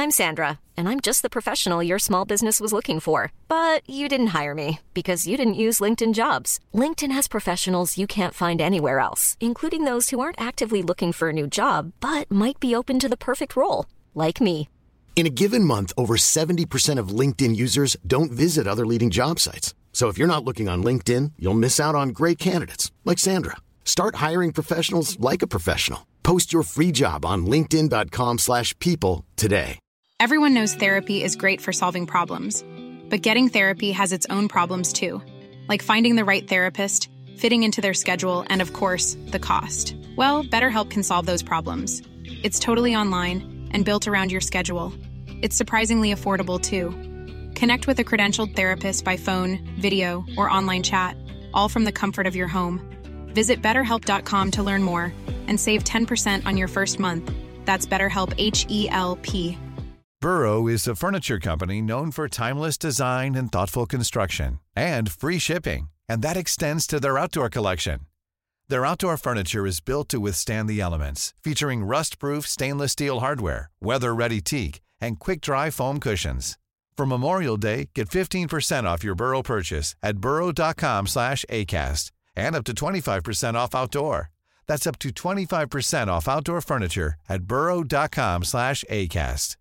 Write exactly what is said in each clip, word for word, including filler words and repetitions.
I'm Sandra, and I'm just the professional your small business was looking for. But you didn't hire me because you didn't use LinkedIn Jobs. LinkedIn has professionals you can't find anywhere else, including those who aren't actively looking for a new job, but might be open to the perfect role, like me. In a given month, over seventy percent of LinkedIn users don't visit other leading job sites. So if you're not looking on LinkedIn, you'll miss out on great candidates like Sandra. Start hiring professionals like a professional. Post your free job on linkedin dot com slash people today. Everyone knows therapy is great for solving problems, but getting therapy has its own problems too, like finding the right therapist, fitting into their schedule, and of course, the cost. Well, BetterHelp can solve those problems. It's totally online and built around your schedule. It's surprisingly affordable too. Connect with a credentialed therapist by phone, video, or online chat, all from the comfort of your home. Visit better help dot com to learn more and save ten percent on your first month. That's BetterHelp, H E L P. Burrow is a furniture company known for timeless design and thoughtful construction, and free shipping, and that extends to their outdoor collection. Their outdoor furniture is built to withstand the elements, featuring rust-proof stainless steel hardware, weather-ready teak, and quick-dry foam cushions. For Memorial Day, get fifteen percent off your Burrow purchase at burrow dot com slash acast, and up to twenty-five percent off outdoor. That's up to twenty-five percent off outdoor furniture at burrow dot com slash acast.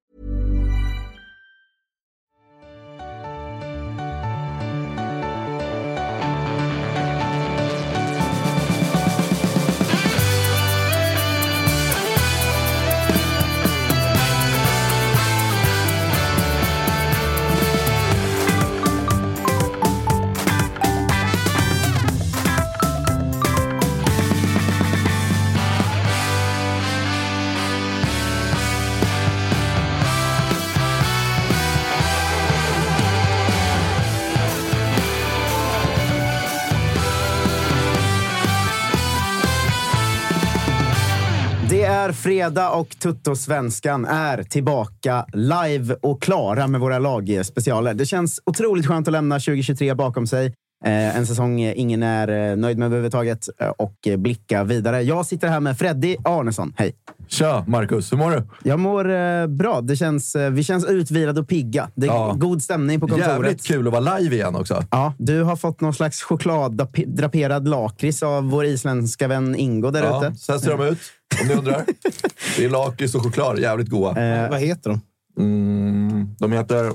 Det är fredag och Tuttosvenskan är tillbaka live och klara med våra lagspecialer. Det känns otroligt skönt att lämna tjugo tjugotre bakom sig. Eh, en säsong ingen är nöjd med överhuvudtaget och blicka vidare. Jag sitter här med Freddy Arnesson. Hej. Tja, Marcus. Hur mår du? Jag mår eh, bra. Det känns, eh, vi känns utvilade och pigga. Det är ja. god stämning på kontoret. Jävligt kul att vara live igen också. Ja, du har fått någon slags chokladdraperad lakrits av vår isländska vän Ingo där ja, ute. Så här ser de ut, om ni undrar. Det är lakrits och choklad. Jävligt goda. Eh, Vad heter de? Mm, de heter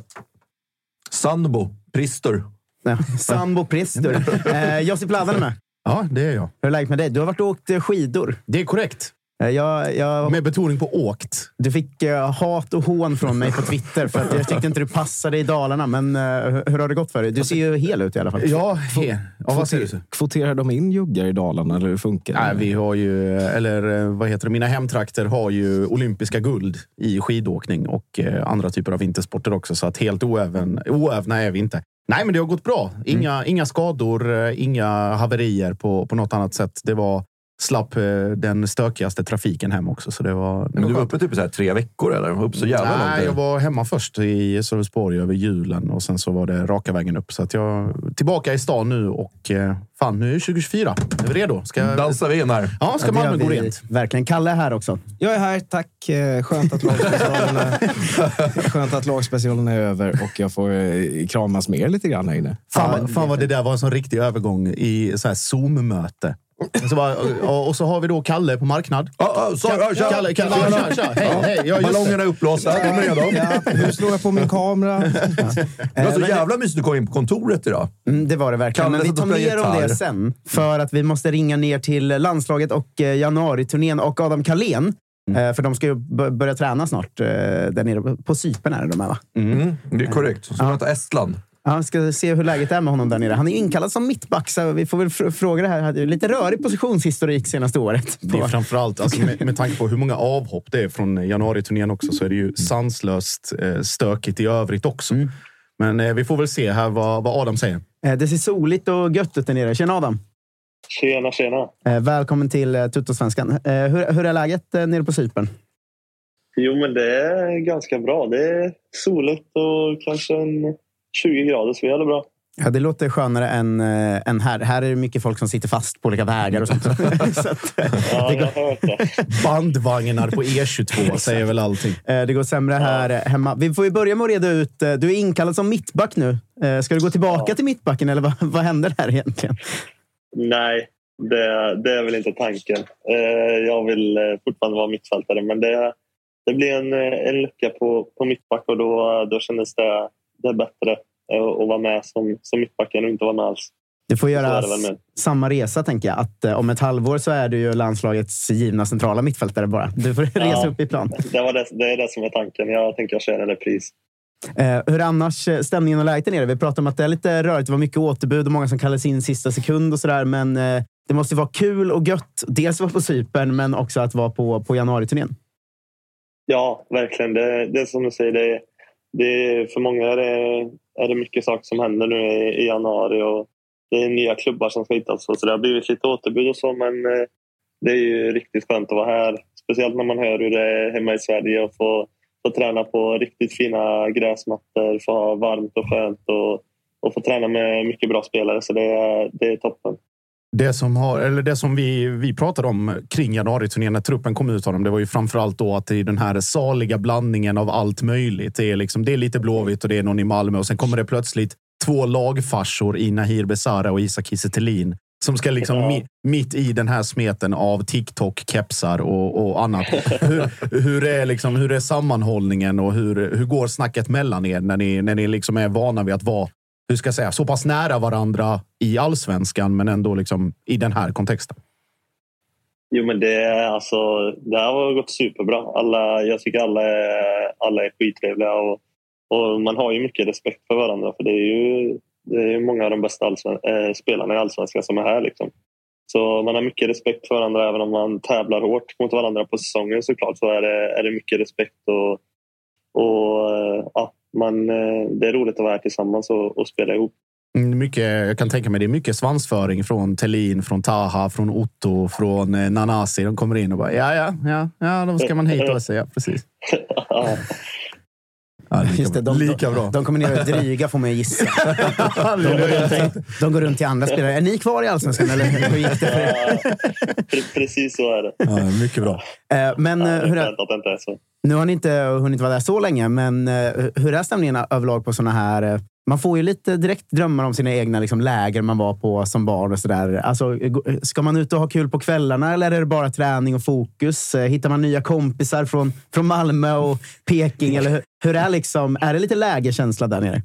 Sandbo Prister. Ja, Sambo Prister. eh, Josip Ladan är med. Ja, det är jag. Hur är läget med dig? Du har varit och åkt skidor. Det är korrekt. Eh, jag, jag... Med betoning på åkt. Du fick uh, hat och hån från mig på Twitter för att jag tyckte inte du passade i Dalarna. Men uh, hur har det gått för dig? Du ser ju hel ut i alla fall. Ja, he. ja vad säger du? Kvoterar de in juggar i Dalarna eller hur funkar det? Nej, vi har ju, eller vad heter det, mina hemtrakter har ju olympiska guld i skidåkning och uh, andra typer av vintersporter också. Så att helt oäven, oävna är vi inte. Nej, men det har gått bra. Inga, mm. inga skador, inga haverier på, på något annat sätt. Det var slapp den stökigaste trafiken hem också. Så det var, det men var du var uppe typ så här tre veckor eller? Upp så jävla långt. Nej, jag var hemma först i Sölvesborg över julen och sen så var det raka vägen upp. Så att jag är tillbaka i stan nu och fan, nu är tjugo tjugofyra. Är vi redo? Ska dansar vi in här? Ja, ska ja, Malmö gå rent? Verkligen. Kalle är här också. Jag är här, tack. Skönt att lagspecialen är, skönt att lagspecialen är över och jag får kramas med lite grann här inne. Fan, fan vad det där var en sån riktig övergång i så här Zoom-möte. Så bara, och, och så har vi då Kalle på marknad. Oh, oh, sorry, Kalle, Kalle, Kalle, Kalle, Kalle, Kalle. Hej, ja. hej. Ja, ballongerna är uppblåsta, de är redo. Ja, nu slår jag på min kamera. Ja. Det var så jävla mysigt att komma in på kontoret idag. Mm, det var det verkligen. Kalle, men vi tar mer om det sen. För att vi måste ringa ner till landslaget och eh, januari-turnén och Adam Carlén. Mm. Eh, för de ska ju b- börja träna snart eh, där nere på Cypern är det de här, va? Mm, det är korrekt. Så ja. Heter Estland. Ja, vi ska se hur läget är med honom där nere. Han är inkallad som mittback, så vi får väl fr- fråga det här. Hade lite rörig positionshistorik senaste året. Det är framförallt, alltså med, med tanke på hur många avhopp det är från januari-turnén också, så är det ju sanslöst eh, stökigt i övrigt också. Mm. Men eh, vi får väl se här vad, vad Adam säger. Eh, det ser soligt och gött ut där nere. Tjena Adam. Tjena, tjena. Eh, välkommen till eh, Tuttosvenskan. Eh, hur, hur är läget eh, nere på Cypern? Jo, men det är ganska bra. Det är soligt och kanske en tjugo grader, så vi har det bra. Ja, det låter skönare än, äh, än här. Här är det mycket folk som sitter fast på olika vägar och sånt. Så att, Ja, jag har hört det. Bandvagnar på E tjugotvå säger väl allting. äh, det går sämre här ja. hemma. Vi får ju börja med att reda ut. Äh, du är inkallad som mittback nu. Äh, ska du gå tillbaka ja. till mittbacken eller vad, vad händer här egentligen? Nej, det, det är väl inte tanken. Äh, jag vill fortfarande vara mittfältare, men det, det blir en, en lucka på, på mittback och då, då kändes det, det bättre att vara med som, som mittbacken och inte vara med alls. Du får göra samma resa, tänker jag. Att uh, om ett halvår så är du ju landslagets givna centrala mittfältare bara. Du får resa ja, upp i plan. Det, var det, det är det som är tanken. Jag tänker jag köra en repris. Uh, hur är annars stämningen och läget där nere? Vi pratar om att det är lite rörigt. Det var mycket återbud och många som kallas in sista sekund och sådär. Men uh, det måste vara kul och gött. Dels vara på Cypern men också att vara på, på januari-turnén. Ja, verkligen. Det, det är som du säger. Det, det, för många är det, är det mycket saker som händer nu i, i januari och det är nya klubbar som ska hittas. Så det har blivit lite återbud och så, men det är ju riktigt skönt att vara här. Speciellt när man hör hur det är hemma i Sverige och få, få träna på riktigt fina gräsmattor, få ha varmt och skönt och, och få träna med mycket bra spelare. Så det är, det är toppen. Det som, har, eller det som vi, vi pratade om kring januari-turnén när truppen kom ut av dem, det var ju framförallt då att det är den här saliga blandningen av allt möjligt. Det är, liksom, det är lite Blåvitt och det är någon i Malmö och sen kommer det plötsligt två lagfarsor i Nahir Besara och Isak Kiese Thelin som ska liksom ja. mi, mitt i den här smeten av TikTok-kepsar och, och annat. hur, hur, är liksom, hur är sammanhållningen och hur, hur går snacket mellan er när ni, när ni liksom är vana vid att vara, hur ska jag säga, så pass nära varandra i allsvenskan men ändå liksom i den här kontexten? Jo, men det är alltså, det här har gått superbra. Alla, jag tycker alla är, alla är skittrevliga och, och man har ju mycket respekt för varandra för det är ju, det är ju många av de bästa allsven- äh, spelarna i allsvenskan som är här liksom. Så man har mycket respekt för varandra även om man tävlar hårt mot varandra på säsongen såklart, så är det, är det mycket respekt och, och ja, man, det är roligt att vara här tillsammans och, och spela ihop. Mycket, jag kan tänka mig det är mycket svansföring från Thelin, från Taha, från Otto, från eh, Nanasi. De kommer in och bara, ja, ja, ja, ja, då ska man hit och säga, precis. Ja, lika, just det, de, lika bra. De, de kommer ner och dryga får mig gissa. de, går runt, de går runt till andra spelare. Är ni kvar i allsvenskan eller hur gick det för er? Ja, precis så är det. Ja, mycket bra. Uh, men, ja, hur är, att det inte är så. Nu har ni inte hunnit vara där så länge, men uh, hur är stämningen överlag på såna här... Uh, man får ju lite direkt drömmar om sina egna liksom, läger man var på som barn och sådär. Alltså, ska man ut och ha kul på kvällarna eller är det bara träning och fokus? Hittar man nya kompisar från, från Malmö och Peking? Eller hur, hur är, liksom, är det lite lägerkänsla där nere?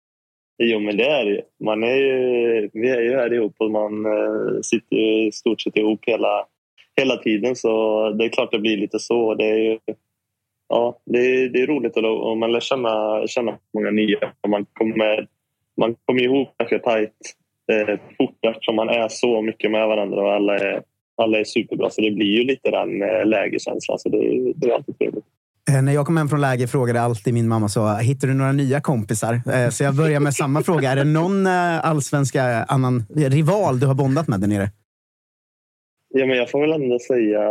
Jo, men det är det. Man är ju, vi är ju här ihop och man uh, sitter ju i stort sett ihop hela, hela tiden. Så det är klart det blir lite så. Det är ju... Ja, det är, det är roligt och man lär känna, känna många nya. Man kommer, man kommer ihop ganska tajt eh, fort eftersom man är så mycket med varandra och alla är, alla är superbra. Så det blir ju lite den eh, lägerkänslan, så det, det är alltid trevligt. Eh, när jag kom hem från läger frågade alltid min mamma så, hittar du några nya kompisar? Eh, så jag börjar med samma fråga. Är det någon eh, allsvenska annan rival du har bondat med där nere? Ja, men jag får väl ändå säga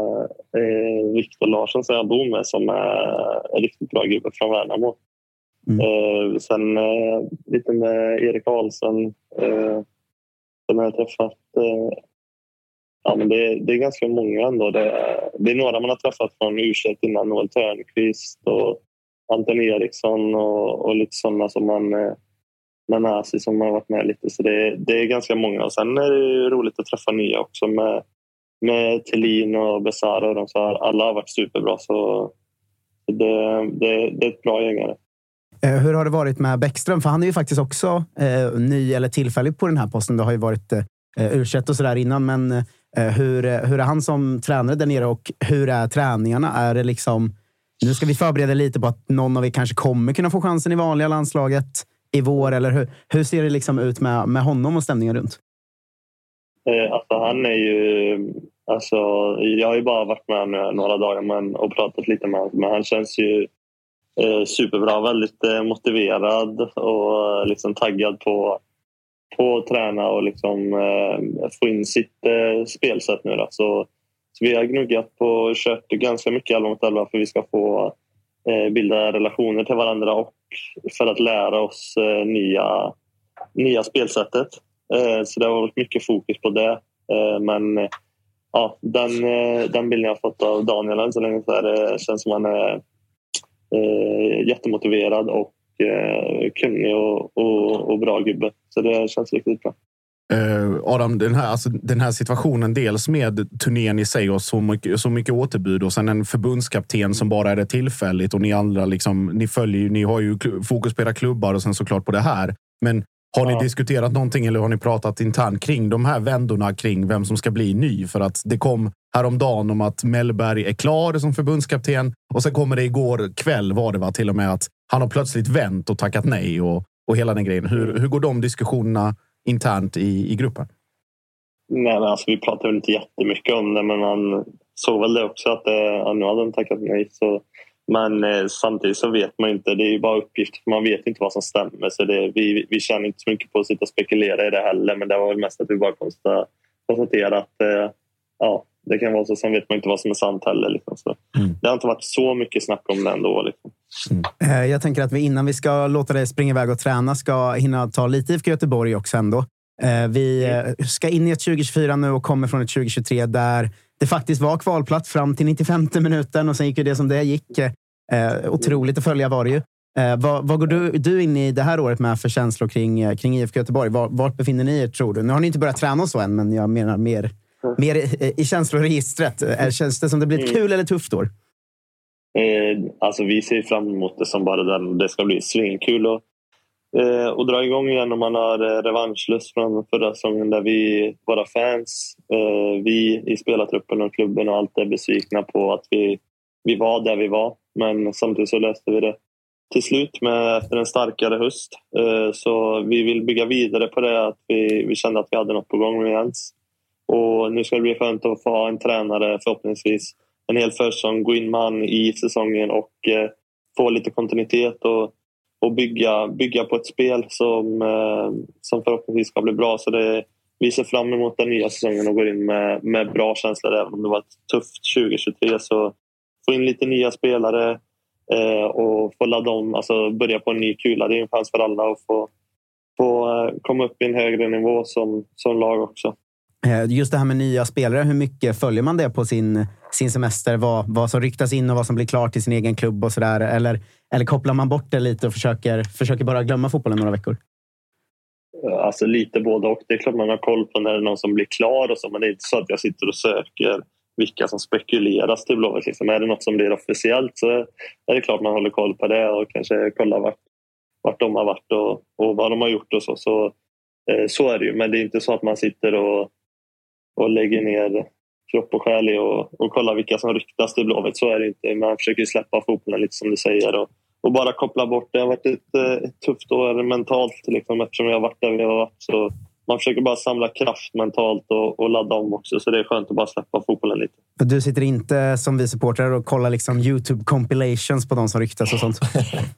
eh, Viktor Larsson som jag bor med som är en riktigt bra gubbe från Värnamo. Mm. Eh, sen eh, lite med Erik Ahlsen eh, som jag har träffat. Eh, ja, men det, det är ganska många ändå. Det, det är några man har träffat från U tjugoett innan, Noel Törnqvist och Anton Eriksson och, och lite sådana som man... Eh, Nanasi som har varit med lite. Så det, det är ganska många. Och sen är det roligt att träffa nya också med, med Thelin och Besara. Och de, så alla har varit superbra. Så det, det, det är ett bra gängare. Eh, hur har det varit med Bäckström? För han är ju faktiskt också eh, ny eller tillfällig på den här posten. Det har ju varit eh, U tjugoett och sådär innan. Men eh, hur, hur är han som tränare där nere? Och hur är träningarna? Är det liksom... Nu ska vi förbereda lite på att någon av er kanske kommer kunna få chansen i vanliga landslaget i vår, eller hur, hur ser det liksom ut med, med honom och stämningen runt? Eh, alltså han är ju alltså, jag har ju bara varit med nu några dagar men, och pratat lite med honom, men han känns ju eh, superbra, väldigt eh, motiverad och eh, liksom taggad på, på att träna och liksom eh, få in sitt eh, spelsätt nu då. Så, så vi har gnuggat på och kört ganska mycket elva mot elva för vi ska få bilda relationer till varandra och för att lära oss eh, nya, nya spelsättet. Eh, så det har varit mycket fokus på det. Eh, men eh, ja, den, eh, den bilden jag har fått av Daniel än så länge så är det, känns som han är eh, jättemotiverad och eh, kunnig och, och, och bra gubbe. Så det känns riktigt bra. Uh, Adam, den här, alltså, den här situationen dels med turnén i sig och så mycket, så mycket återbud och sen en förbundskapten som bara är det tillfälligt och ni andra liksom, ni följer ni har ju fokus på era klubbar och sen såklart på det här. Men har ja. ni diskuterat någonting eller har ni pratat internt kring de här vändorna kring vem som ska bli ny? För att det kom häromdagen om att Mellberg är klar som förbundskapten och sen kommer det igår kväll var det va, till och med att han har plötsligt vänt och tackat nej och, och hela den grejen. Hur, hur går de diskussionerna internt i, i gruppen? Nej, men alltså, vi pratade väl inte jättemycket om det, men man såg väl det också att eh, nu hade han tackat nej. Så, men eh, samtidigt så vet man inte, det är ju bara uppgifter, man vet inte vad som stämmer. Så det, vi, vi känner inte så mycket på att sitta och spekulera i det heller, men det var väl mest att vi bara konstaterade att eh, ja, det kan vara så, sen vet man inte vad som är sant heller. Liksom, så. Mm. Det har inte varit så mycket snack om det ändå. Liksom. Mm. Jag tänker att vi innan vi ska låta dig springa iväg och träna ska hinna ta lite I F K Göteborg också ändå. Vi ska in i ett tjugo tjugofyra nu och kommer från ett tjugo tjugotre där det faktiskt var kvalplats fram till nittiofemte minuten och sen gick ju det som det gick. Otroligt att följa var det ju. Vad, vad går du, du in i det här året med för känslor kring, kring I F K Göteborg? Var, vart befinner ni er, tror du? Nu har ni inte börjat träna så än, men jag menar mer... Mer i, i känsloregistret. Känns det som det blir ett kul eller tufft år? Eh, alltså vi ser fram emot det som bara den. Det ska bli svinkul och, eh, och dra igång igen om man har eh, revanschlust från förra säsongen där vi, våra fans, eh, vi i spelartruppen och klubben och allt är besvikna på att vi, vi var där vi var. Men samtidigt så löste vi det till slut med efter en starkare höst. Eh, så vi vill bygga vidare på det att vi, vi kände att vi hade något på gång med Jens. Och nu ska det bli skönt att få ha en tränare förhoppningsvis en hel försäsong, gå in man i säsongen och eh, få lite kontinuitet och, och bygga, bygga på ett spel som, eh, som förhoppningsvis ska bli bra. Så det, vi ser fram emot den nya säsongen och går in med, med bra känslor även om det var ett tufft tjugo tjugotre. Så få in lite nya spelare eh, och få ladda om, alltså börja på en ny kula. Det är en chans för alla att få, få eh, komma upp i en högre nivå som, som lag också. Just det här med nya spelare, hur mycket följer man det på sin, sin semester? Vad, vad som ryktas in och vad som blir klart i sin egen klubb och sådär? Eller, eller kopplar man bort det lite och försöker, försöker bara glömma fotbollen några veckor? Alltså lite både och. Det är klart man har koll på när det är någon som blir klar och så. Men det är inte så att jag sitter och söker vilka som spekuleras till Blåvitt. Liksom. Är det något som blir officiellt så är det klart man håller koll på det och kanske kollar vart, vart de har varit och, och vad de har gjort och så. Så, eh, så är det ju. Men det är inte så att man sitter och och lägger ner kropp och själ i och, och kollar vilka som ryktas till Blåvitt. Så är det inte. Man försöker släppa fotbollen lite som du säger och, och bara koppla bort. Det har varit ett, ett tufft år mentalt liksom, eftersom jag har varit där vi har varit. Så man försöker bara samla kraft mentalt och, och ladda om också. Så det är skönt att bara släppa fotbollen lite. Du sitter inte som vi supportrar och kollar liksom YouTube compilations på de som ryktas och sånt?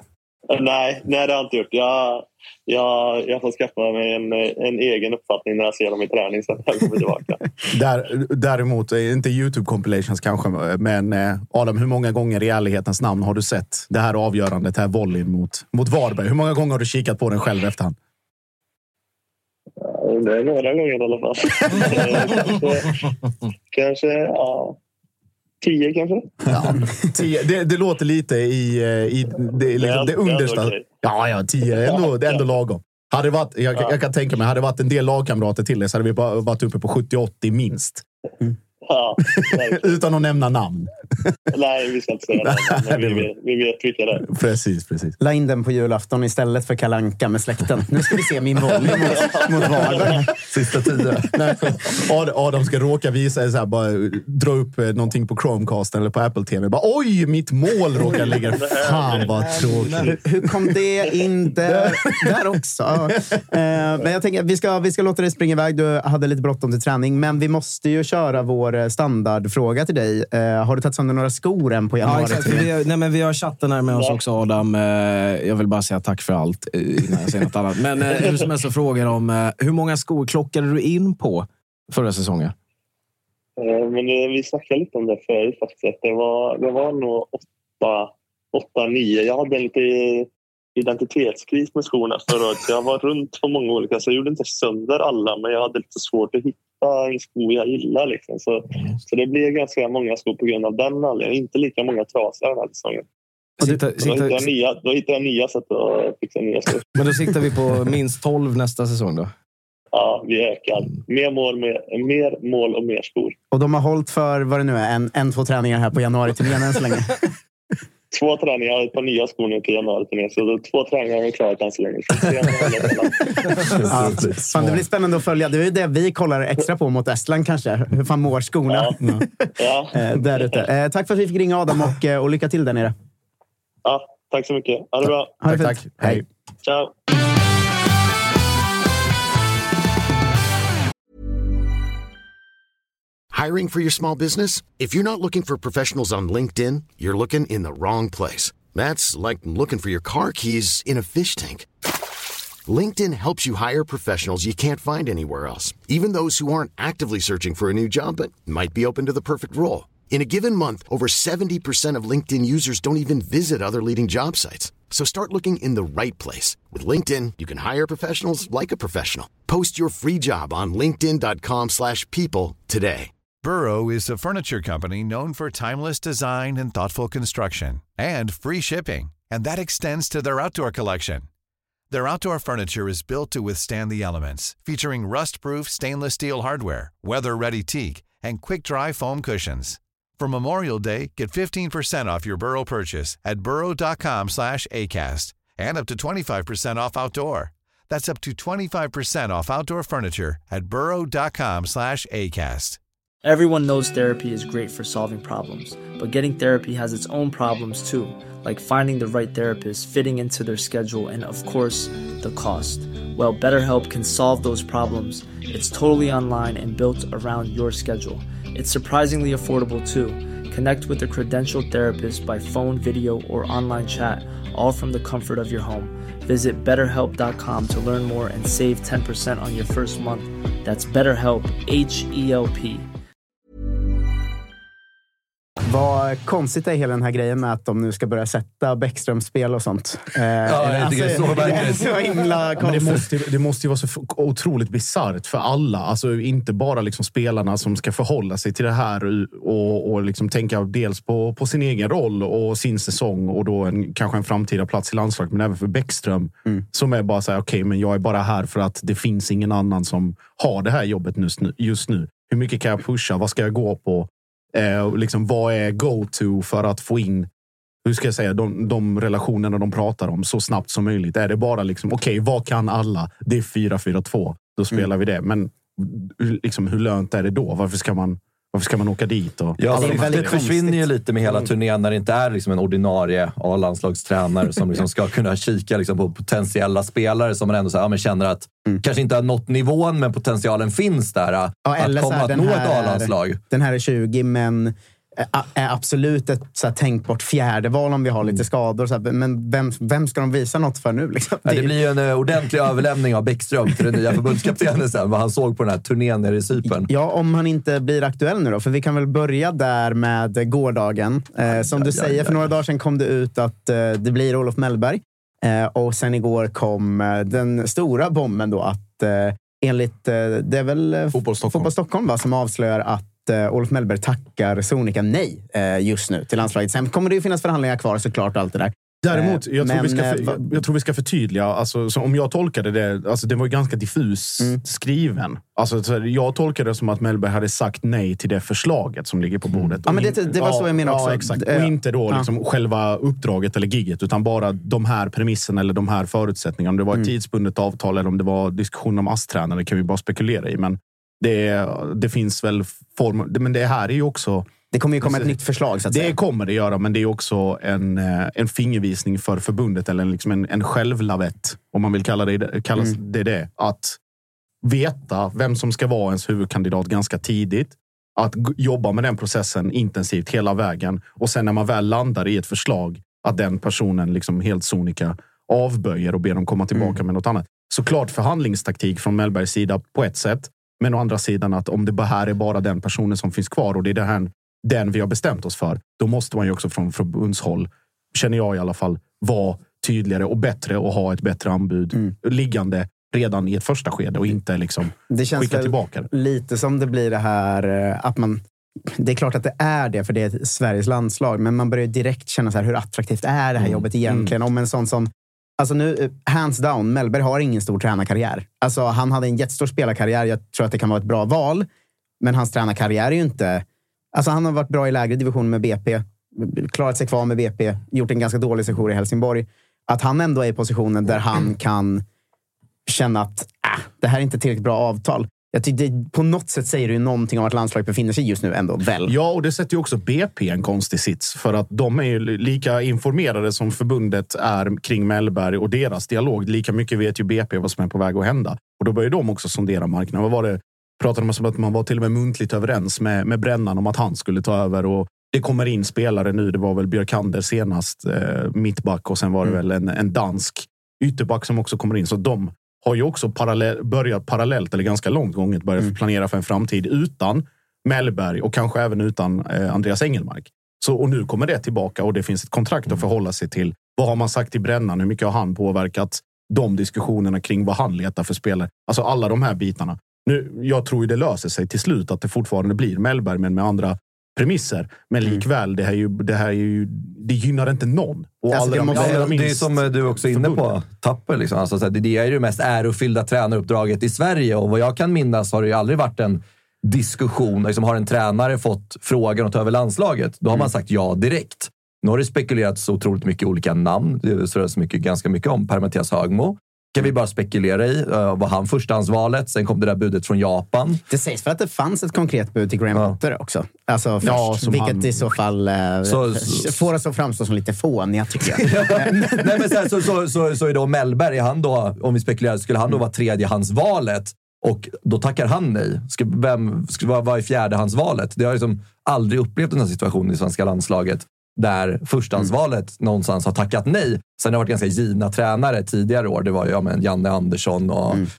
Nej, nej, det har jag inte gjort. Jag, jag, jag får skaffa mig en, en egen uppfattning när jag ser dem i träning så att jag kommer tillbaka. Där, däremot, inte YouTube compilations kanske, men Adam, hur många gånger i ärlighetens namn har du sett det här avgörandet, det här volleyn mot, mot Varberg? Hur många gånger har du kikat på den själv efterhand? Det är några gånger i alla fall. kanske, kanske, ja... Tio kanske? Ja, tio. Det, det låter lite i, i det, liksom, det understa. Okay. Ja, ja, tio. Ändå, det är ändå lagom. Hade varit, jag, ja. jag kan tänka mig, hade det varit en del lagkamrater till det så hade vi bara varit uppe på sjuttio åttio minst. Mm. Ja, utan att nämna namn. Nej, vi ska inte säga namn, men vi vet, vi vet vilka det är. Precis, precis. La in den på julafton istället för Kalle Anka med släkten. Nu ska vi se min volley mot, mot Varberg. Sista tiden. Adam ska råka visa så här, bara dra upp någonting på Chromecast eller på Apple T V. Bara, oj, mitt mål råkar ligga. Fan vad tråkigt. Hur, hur kom det in där, där också? Uh, men jag tänker, vi ska, vi ska låta dig springa iväg. Du hade lite bråttom till träning, men vi måste ju köra vår standardfråga till dig. Uh, har du tagit sönder några skor än på januari? Ja, exakt. Vi, har, nej, men vi har chatten här med oss också, Adam. Uh, jag vill bara säga tack för allt uh, innan jag säger något annat. Men uh, hur som helst så frågar om uh, hur många skor klockade du in på förra säsongen? Uh, men uh, vi snackade lite om det förut faktiskt. Det var, det var nog åtta, åtta, nio. Jag hade lite identitetskris med skorna förra året. Så jag var runt på många olika, så jag gjorde inte sönder alla, men jag hade lite svårt att hitta en sko jag gillar. Liksom. Så, så det blev ganska många skor på grund av den anledningen. Inte lika många trasiga den här säsongen. Sikta, sikta, då, hittar jag nya, då hittar jag nya sätt att fixa nya skor. Men då siktar vi på minst tolv nästa säsong då? Ja, vi ökar. Mer mål, mer, mer mål och mer skor. Och de har hållit för, vad det nu är, en, en två träningar här på januari-turnén än så länge. Två träningar på nya skor nu till januari-turnén. Så två träningar har vi klarat än så länge. Ja, fan, det blir spännande att följa. Det är ju det vi kollar extra på mot Estland kanske. Hur fan mår skorna? Ja. Ja. Där ute. Eh, tack för att vi fick ringa Adam och, och lycka till där nere. Ja, tack så mycket. Ha det bra. Ha det tack, fint. tack. Hej. Ciao. Hiring for your small business? If you're not looking for professionals on LinkedIn, you're looking in the wrong place. That's like looking for your car keys in a fish tank. LinkedIn helps you hire professionals you can't find anywhere else, even those who aren't actively searching for a new job but might be open to the perfect role. In a given month, over seventy percent of LinkedIn users don't even visit other leading job sites. So start looking in the right place. With LinkedIn, you can hire professionals like a professional. Post your free job on linkedin dot com slash people today. Burrow is a furniture company known for timeless design and thoughtful construction, and free shipping, and that extends to their outdoor collection. Their outdoor furniture is built to withstand the elements, featuring rust-proof stainless steel hardware, weather-ready teak, and quick-dry foam cushions. For Memorial Day, get fifteen percent off your Burrow purchase at burrow dot com slash acast, and up to twenty-five percent off outdoor. That's up to twenty-five percent off outdoor furniture at burrow dot com slash acast. Everyone knows therapy is great for solving problems, but getting therapy has its own problems too, like finding the right therapist, fitting into their schedule, and of course, the cost. Well, BetterHelp can solve those problems. It's totally online and built around your schedule. It's surprisingly affordable too. Connect with a credentialed therapist by phone, video, or online chat, all from the comfort of your home. Visit better help dot com to learn more and save ten percent on your first month. That's BetterHelp, H E L P. Vad konstigt är hela den här grejen med att de nu ska börja sätta Bäckströms spel och sånt. Eh, ja, jag tycker alltså, det är så, så himla konstigt. Det måste, det måste ju vara så otroligt bizarrt för alla. Alltså inte bara liksom spelarna som ska förhålla sig till det här och, och liksom tänka dels på, på sin egen roll och sin säsong och då en, kanske en framtida plats i landslaget, men även för Bäckström mm. som är bara så här, okej, okay, men jag är bara här för att det finns ingen annan som har det här jobbet just nu. Just nu. Hur mycket kan jag pusha? Vad ska jag gå på? Eh, liksom, vad är go-to för att få in, hur ska jag säga, de, de relationerna de pratar om så snabbt som möjligt? Är det bara liksom, okej, okay, vad kan alla? Det är fyra fyra två, då spelar mm. vi det. Men liksom, hur lönt är det då? Varför ska man, varför ska man åka dit? Och, ja, alltså, det, det försvinner ju lite med hela turnén när det inte är liksom en ordinarie A-landslagstränare som liksom ska kunna kika liksom på potentiella spelare som man ändå så här, ja, men känner att mm. kanske inte har nått nivån, men potentialen finns där ja, att komma att nå ett A-landslag. Den här är tjugo, men är absolut ett så här tänkbart fjärde val om vi har lite skador. Så här, men vem, vem ska de visa något för nu? Liksom? Ja, det blir ju en uh, ordentlig överlämning av Bäckström till den nya förbundskaptenen sen. Vad han såg på den här turnén nere i Cypern. Ja, om han inte blir aktuell nu då. För vi kan väl börja där med gårdagen. Eh, som ja, du ja, säger, ja, för några ja. dagar sedan kom det ut att eh, det blir Olof Mellberg. Eh, och sen igår kom eh, den stora bomben då att eh, enligt, eh, det är väl eh, Fotboll Stockholm, Fotboll Stockholm va, som avslöjar att Olof Mellberg tackar sonika nej eh, just nu till landslaget. Sen kommer det ju finnas förhandlingar kvar såklart och allt det där. Däremot, jag, Men, tror vi ska för, va, jag, jag tror vi ska förtydliga, alltså, så om jag tolkade det, alltså det var ju ganska diffus mm. skriven. Alltså, så jag tolkade det som att Mellberg hade sagt nej till det förslaget som ligger på bordet. Ja, men det, det var ja, så jag menar också. Ja, exakt. Och inte då liksom ja. själva uppdraget eller gigget, utan bara de här premisserna eller de här förutsättningarna. Om det var ett mm. tidsbundet avtal eller om det var diskussion om ASS-tränare kan vi bara spekulera i, men Det, det finns väl form, men det här är ju också... Det kommer ju komma ett nytt förslag, så att det säga. kommer det göra, men det är också en, en fingervisning för förbundet, eller liksom en, en självlavett, om man vill kalla det, kalla mm. det det. Att veta vem som ska vara ens huvudkandidat ganska tidigt. Att jobba med den processen intensivt hela vägen. Och sen när man väl landar i ett förslag, att den personen liksom helt sonika avböjer och ber dem komma tillbaka mm. med något annat. Såklart förhandlingstaktik från Mellbergs sida på ett sätt. Men å andra sidan att om det här är bara den personen som finns kvar och det är det här, den vi har bestämt oss för, då måste man ju också från förbundshåll, känner jag i alla fall, vara tydligare och bättre och ha ett bättre anbud mm. liggande redan i ett första skede och inte liksom det känns skicka tillbaka det. Lite som det blir det här att man... Det är klart att det är det, för det är Sveriges landslag. Men man börjar direkt känna så här, hur attraktivt är det här jobbet egentligen? Mm. Om en sån som... Alltså nu, hands down, Mellberg har ingen stor tränarkarriär. Alltså han hade en jättestor spelarkarriär. Jag tror att det kan vara ett bra val. Men hans tränarkarriär är ju inte... Alltså han har varit bra i lägre division med B P. Klarat sig kvar med B P. Gjort en ganska dålig session i Helsingborg. Att han ändå är i positionen där han kan känna att äh, det här är inte tillräckligt bra avtal. Jag tycker på något sätt säger det ju någonting om att landslaget befinner sig just nu ändå väl. Ja, och det sätter ju också B P en konstig sits. För att de är ju lika informerade som förbundet är kring Mellberg och deras dialog. Lika mycket vet ju B P vad som är på väg att hända. Och då börjar de också sondera marknaden. Vad var det? Pratade man om att man var till och med muntligt överens med, med Brännan om att han skulle ta över. Och det kommer in spelare nu. Det var väl Björkander senast, eh, mittback. Och sen var det mm. väl en, en dansk ytterback som också kommer in. Så de har ju också parallell, börjat parallellt eller ganska långt gånget börjat mm. planera för en framtid utan Mellberg och kanske även utan eh, Andreas Engelmark. Så, och nu kommer det tillbaka och det finns ett kontrakt att förhålla sig till. Vad har man sagt till Brännan? Hur mycket har han påverkat de diskussionerna kring vad han letar för spelare? Alltså alla de här bitarna. Nu, jag tror ju det löser sig till slut att det fortfarande blir Mellberg men med andra premisser. Men likväl, det här är ju, det här är ju, det gynnar inte någon. Och alltså, det, måste, allra det är som du också är inne på, Tapper. Liksom. Alltså, det är ju det mest ärofyllda tränaruppdraget i Sverige. Och vad jag kan minnas har det ju aldrig varit en diskussion. Liksom, har en tränare fått frågan att ta över landslaget, då har man sagt ja direkt. Nu har det spekulerats så otroligt mycket olika namn. Det rör sig mycket, ganska mycket om Per-Mattias Högmo. Kan vi bara spekulera i. Uh, var han förstahandsvalet? Sen kom det där budet från Japan. Det sägs för att det fanns ett konkret bud till Graham Ja. Potter också. Alltså först, Ja, som vilket han- i så fall uh, Så- så- får oss att framstå som lite fåniga, tycker jag. Nej, men så, här, så, så, så, så är då Mellberg, han då, om vi spekulerar, skulle han då vara tredjehandsvalet och då tackar han nej. Ska, vem skulle vara, vara i fjärdehandsvalet? Det har liksom aldrig upplevt den här situationen i svenska landslaget där förstahandsvalet mm. någonstans har tackat nej. Sen har det varit ganska givna tränare tidigare år. Det var ju ja, men Janne Andersson och mm.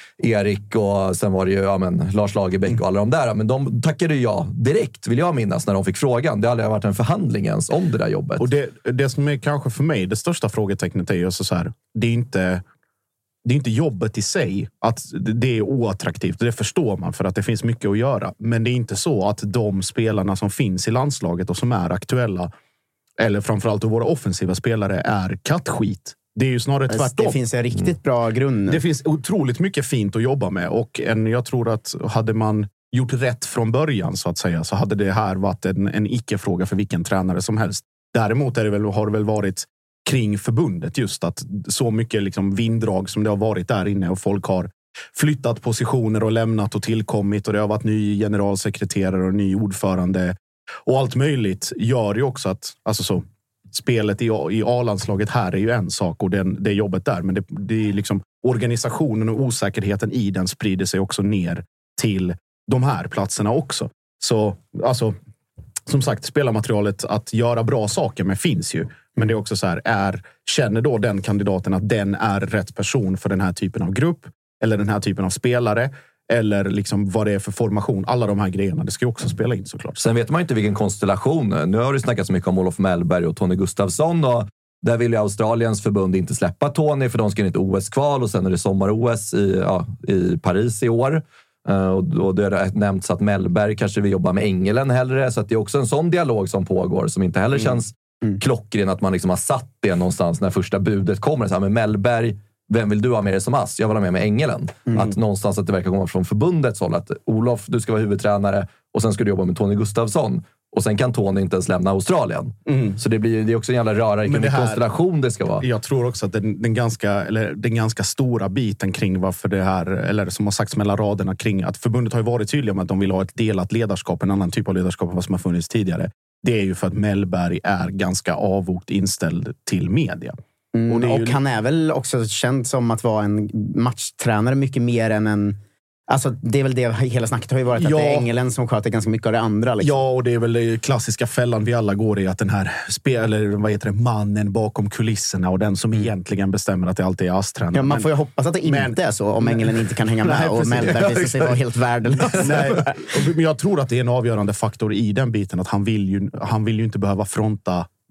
Erik och sen var det ju ja, men Lars Lagerbäck och alla de där. Men de tackade ju ja direkt, vill jag minnas, när de fick frågan. Det har aldrig varit en förhandling ens om det där jobbet. Och det, det som är kanske för mig det största frågetecknet är ju så, så här. Det är inte... Det är inte jobbet i sig att det är oattraktivt. Det förstår man för att det finns mycket att göra. Men det är inte så att de spelarna som finns i landslaget och som är aktuella, eller framförallt våra offensiva spelare, är kattskit. Det är ju snarare tvärtom. Det finns en riktigt bra grund. Det finns otroligt mycket fint att jobba med. Och en, jag tror att hade man gjort rätt från början så att säga, så hade det här varit en, en icke-fråga för vilken tränare som helst. Däremot är det väl, har det väl varit kring förbundet just att så mycket liksom vinddrag som det har varit där inne och folk har flyttat positioner och lämnat och tillkommit och det har varit ny generalsekreterare och ny ordförande och allt möjligt gör ju också att alltså så, spelet i, i A-landslaget här är ju en sak och den, det jobbet där, men det, det är liksom organisationen och osäkerheten i den sprider sig också ner till de här platserna också. Så alltså som sagt, spelarmaterialet att göra bra saker med finns ju. Men det är också så här, är, känner då den kandidaten att den är rätt person för den här typen av grupp? Eller den här typen av spelare? Eller liksom vad det är för formation? Alla de här grejerna, det ska ju också spela in såklart. Sen vet man inte vilken konstellation. Nu har det snackats så mycket om Olof Mellberg och Tony Gustafsson. Och där vill ju Australiens förbund inte släppa Tony för de ska in i ett O S-kval. Och sen är det sommar-O S i, ja, i Paris i år. Uh, och, och det har nämnts att Mellberg kanske vill jobba med Engelen hellre. Så att det är också en sån dialog som pågår som inte heller mm. känns mm. klockren, att man liksom har satt det någonstans när första budet kommer. Så här, med Mellberg, vem vill du ha med dig som ass? Jag vill ha med mig Engelen. Mm. Att någonstans att det verkar komma från förbundets håll. Att Olof, du ska vara huvudtränare och sen ska du jobba med Tony Gustafsson. Och sen kan Tony inte ens lämna Australien. Mm. Så det, blir, det är också en jävla röra i vilken konstellation det ska vara. Jag tror också att den, den, ganska, eller den ganska stora biten kring varför det här, eller som har sagts mellan raderna kring att förbundet har ju varit tydliga med att de vill ha ett delat ledarskap, en annan typ av ledarskap än vad som har funnits tidigare. Det är ju för att Mellberg är ganska avvokt inställd till media. Mm, och det är och ju... han är väl också känd som att vara en matchtränare mycket mer än en... Alltså det är väl det hela snacket har ju varit, ja. att det är Engelen som sköter ganska mycket av det andra. Liksom. Ja, och det är väl den klassiska fällan vi alla går i, att den här spel, eller vad heter det, mannen bakom kulisserna och den som mm. egentligen bestämmer att det alltid är astränare. Ja, man men, får ju hoppas att det inte men, är så om Engelen inte kan hänga med nej, och Mellberg visar sig vara helt värdelös. Nej, men jag tror att det är en avgörande faktor i den biten att han vill ju, han vill ju inte behöva fronta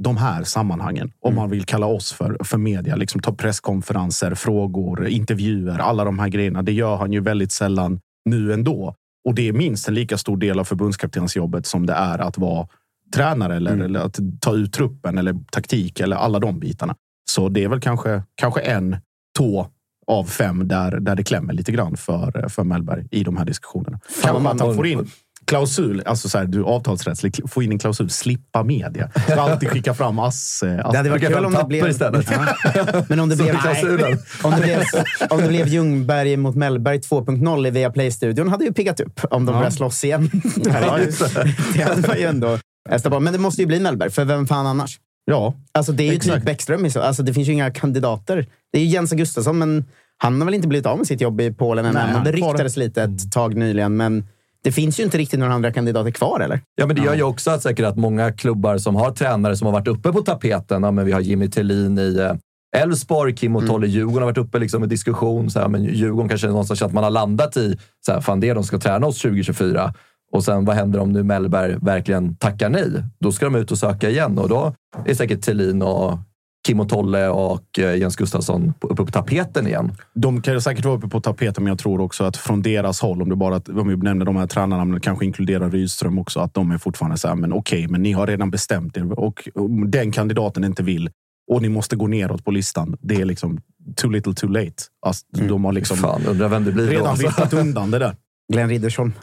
de här sammanhangen. Om man vill kalla oss för, för media. Liksom ta presskonferenser, frågor, intervjuer. Alla de här grejerna. Det gör han ju väldigt sällan nu ändå. Och det är minst en lika stor del av förbundskaptensjobbet som det är att vara tränare. Eller, mm. eller att ta ut truppen eller taktik eller alla de bitarna. Så det är väl kanske, kanske en tå av fem där, där det klämmer lite grann för, för Mellberg i de här diskussionerna. Kan man ta får in klausul, alltså så här, du avtalsrättslig, få in en klausul, slippa media. Du alltid skicka fram ass. ass det hade varit kul om det blev istället. Ja. Men om det blev nej, om det blev om det blev Ljungberg mot Mellberg två punkt noll i Viaplay-studion hade ju piggat upp om de ja. började slåss igen. Ja, just det. Det hade man ju ändå. Men det måste ju bli Mellberg, för vem fan annars? Ja, alltså det är ju exakt. Typ Bäckström. Alltså det finns ju inga kandidater. Det är ju Jens Gustafsson, men han har väl inte blivit av med sitt jobb i Polen än. Nej, det ryktades lite ett tag nyligen, men det finns ju inte riktigt några andra kandidater kvar, eller? Ja, men det gör ju också att säkert att många klubbar som har tränare som har varit uppe på tapeten, ja, men vi har Jimmy Thelin i Elfsborg, Kim och Tolle, mm. Djurgården har varit uppe liksom i diskussion, så här, men Djurgården kanske är någonstans att man har landat i så här, fan det är de ska träna oss tjugo tjugofyra. Och sen vad händer om nu Mellberg verkligen tackar nej? Då ska de ut och söka igen, och då är säkert Thelin och Kim och Tolle och Jens Gustafsson uppe på tapeten igen. De kan ju säkert vara uppe på tapeten, men jag tror också att från deras håll, om du bara om vi nämner de här tränarna, men kanske inkluderar Rydström också, att de är fortfarande så här, men okej, okay, men ni har redan bestämt er och den kandidaten inte vill och ni måste gå neråt på listan. Det är liksom too little too late. Alltså, mm. De har liksom Fan, undrar vem det blir redan viftat undan det där. Glenn Riddersson.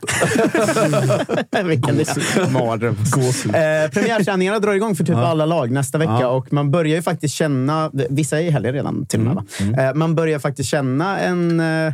Vilken mardröm. eh, Premiärträningarna drar igång för typ ja. alla lag nästa vecka. Ja. Och man börjar ju faktiskt känna, vissa är heller redan till och med, va? Mm. Eh, man börjar faktiskt känna en... Eh,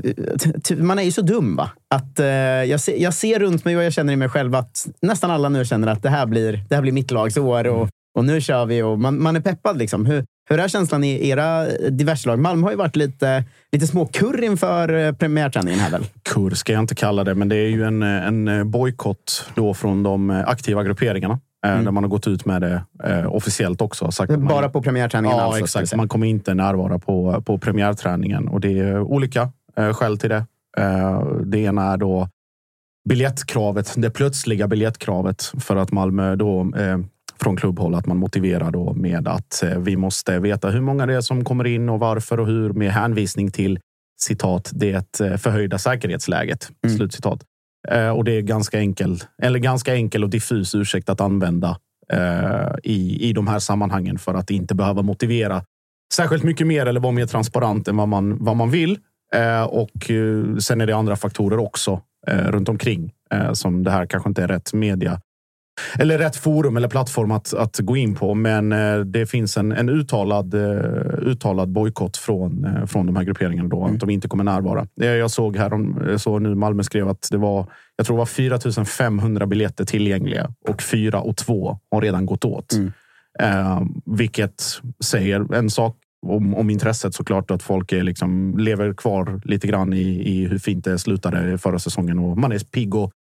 t- man är ju så dum, va? Att, eh, jag, se, jag ser runt mig och jag känner i mig själv att nästan alla nu känner att det här blir, det här blir mitt lags år. Och, och nu kör vi och man, man är peppad liksom. Hur, hur är känslan i era diverslag? Malmö har ju varit lite, lite små kurr inför premiärträningen här väl? Kurr ska jag inte kalla det, men det är ju en, en bojkott då från de aktiva grupperingarna. Mm. Där man har gått ut med det eh, officiellt också. Sagt bara man, på premiärträningen? Ja, alltså, exakt. Man kommer inte närvara på, på premiärträningen. Och det är olika eh, skäl till det. Eh, det ena är då biljettkravet, det plötsliga biljettkravet för att Malmö då... Eh, från klubbhåll att man motiverar då med att eh, vi måste veta hur många det är som kommer in och varför och hur, med hänvisning till citat det förhöjda säkerhetsläget, mm. slutcitat. Eh, och det är ganska enkel eller ganska enkel och diffus ursäkt att använda eh, i, i de här sammanhangen för att inte behöva motivera särskilt mycket mer eller vara mer transparent än vad man, vad man vill. Eh, och eh, sen är det andra faktorer också eh, runt omkring eh, som det här kanske inte är rätt media eller rätt forum eller plattform att, att gå in på, men eh, det finns en, en uttalad, eh, uttalad bojkott från, eh, från de här grupperingarna då, mm. att de inte kommer närvara. Jag såg här, de, så nu Malmö skrev att det var, jag tror det var fyra tusen femhundra biljetter tillgängliga och fyra och två har redan gått åt. Mm. Eh, vilket säger en sak om, om intresset såklart, att folk är liksom, lever kvar lite grann i, i hur fint det slutade förra säsongen och man är pigg och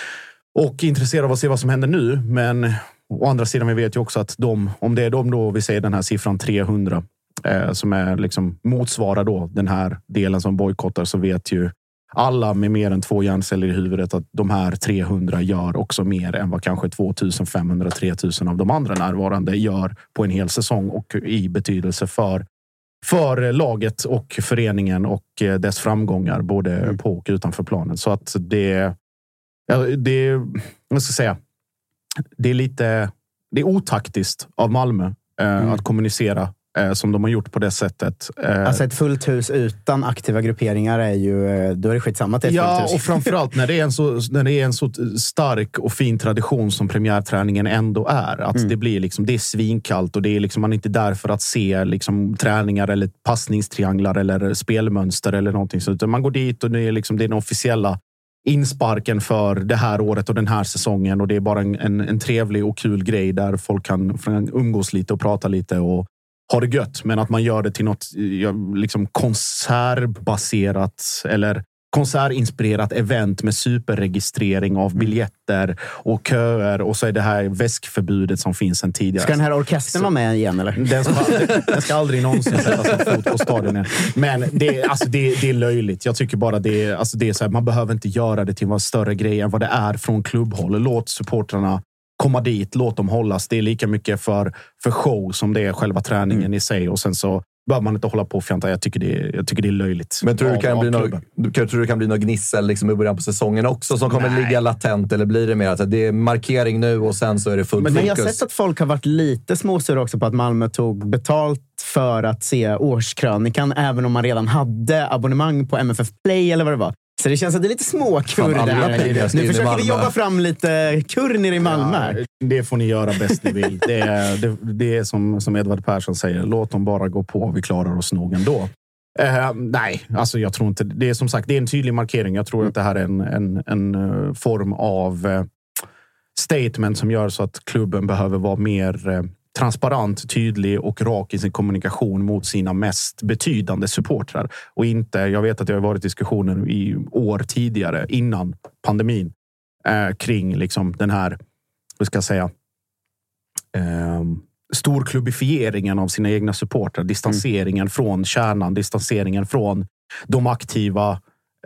Och intresserad av att se vad som händer nu. Men å andra sidan, vi vet ju också att de, om det är de då, vi säger den här siffran trehundra, eh, som är liksom motsvarar då den här delen som bojkottar, så vet ju alla med mer än två hjärnceller i huvudet att de här trehundra gör också mer än vad kanske tvåtusen-femhundra till tre tusen av de andra närvarande gör på en hel säsong och i betydelse för, för laget och föreningen och dess framgångar både mm. på och utanför planen. Så att det Ja, det, jag ska säga, det är lite, det är otaktiskt av Malmö eh, mm. att kommunicera eh, som de har gjort på det sättet. Eh, alltså ett fullt hus utan aktiva grupperingar är ju, då är det skitsamma att det är ett ja, fullt hus. Och framförallt när det är en så, när det är en så stark och fin tradition som premiärträningen ändå är. Att mm. det blir liksom, det är svinkallt och det är liksom, man är inte där för att se liksom träningar eller passningstrianglar eller spelmönster eller någonting så, utan man går dit och det är liksom, det är den officiella insparken för det här året och den här säsongen, och det är bara en, en, en trevlig och kul grej där folk kan, kan umgås lite och prata lite och ha det gött, men att man gör det till något liksom konsertbaserat eller konsertinspirerat event med superregistrering av biljetter och köer, och så är det här väskförbudet som finns sedan tidigare. Ska den här orkestern vara med igen eller? Den ska, den ska aldrig någonsin sätta sig fot på stadion. Men det, alltså det, det är löjligt. Jag tycker bara det, alltså det är så här, man behöver inte göra det till en större grej än vad det är från klubbhåll. Låt supportrarna komma dit, låt dem hållas. Det är lika mycket för, för show som det är själva träningen mm. i sig. Och sen så behöver man inte hålla på och fjanta. Jag tycker det är, jag tycker det är löjligt. Men tror du, kan bli något, du kan, tror du kan bli något gnissel liksom i början på säsongen också som kommer Nej. ligga latent? Eller blir det mer att det är markering nu och sen så är det full Men fokus? jag har sett att folk har varit lite småsura också på att Malmö tog betalt för att se årskrönikan även om man redan hade abonnemang på M F F Play eller vad det var. Så det känns att det är lite småkurr där. Nu försöker vi jobba fram lite kurr nere i Malmö. Ja, det får ni göra bäst ni vill. Det är, det, det är som, som Edvard Persson säger. Låt dem bara gå på. Vi klarar oss nog ändå. Uh, nej, alltså jag tror inte. Det är som sagt, det är en tydlig markering. Jag tror mm. att det här är en, en, en form av uh, statement som gör så att klubben behöver vara mer uh, transparent, tydlig och rak i sin kommunikation mot sina mest betydande supportrar. Och inte, jag vet att det har varit diskussioner i år tidigare, innan pandemin, eh, kring liksom den här, hur ska jag säga, eh, storklubbifieringen av sina egna supportrar. Distanseringen mm. från kärnan, distanseringen från de aktiva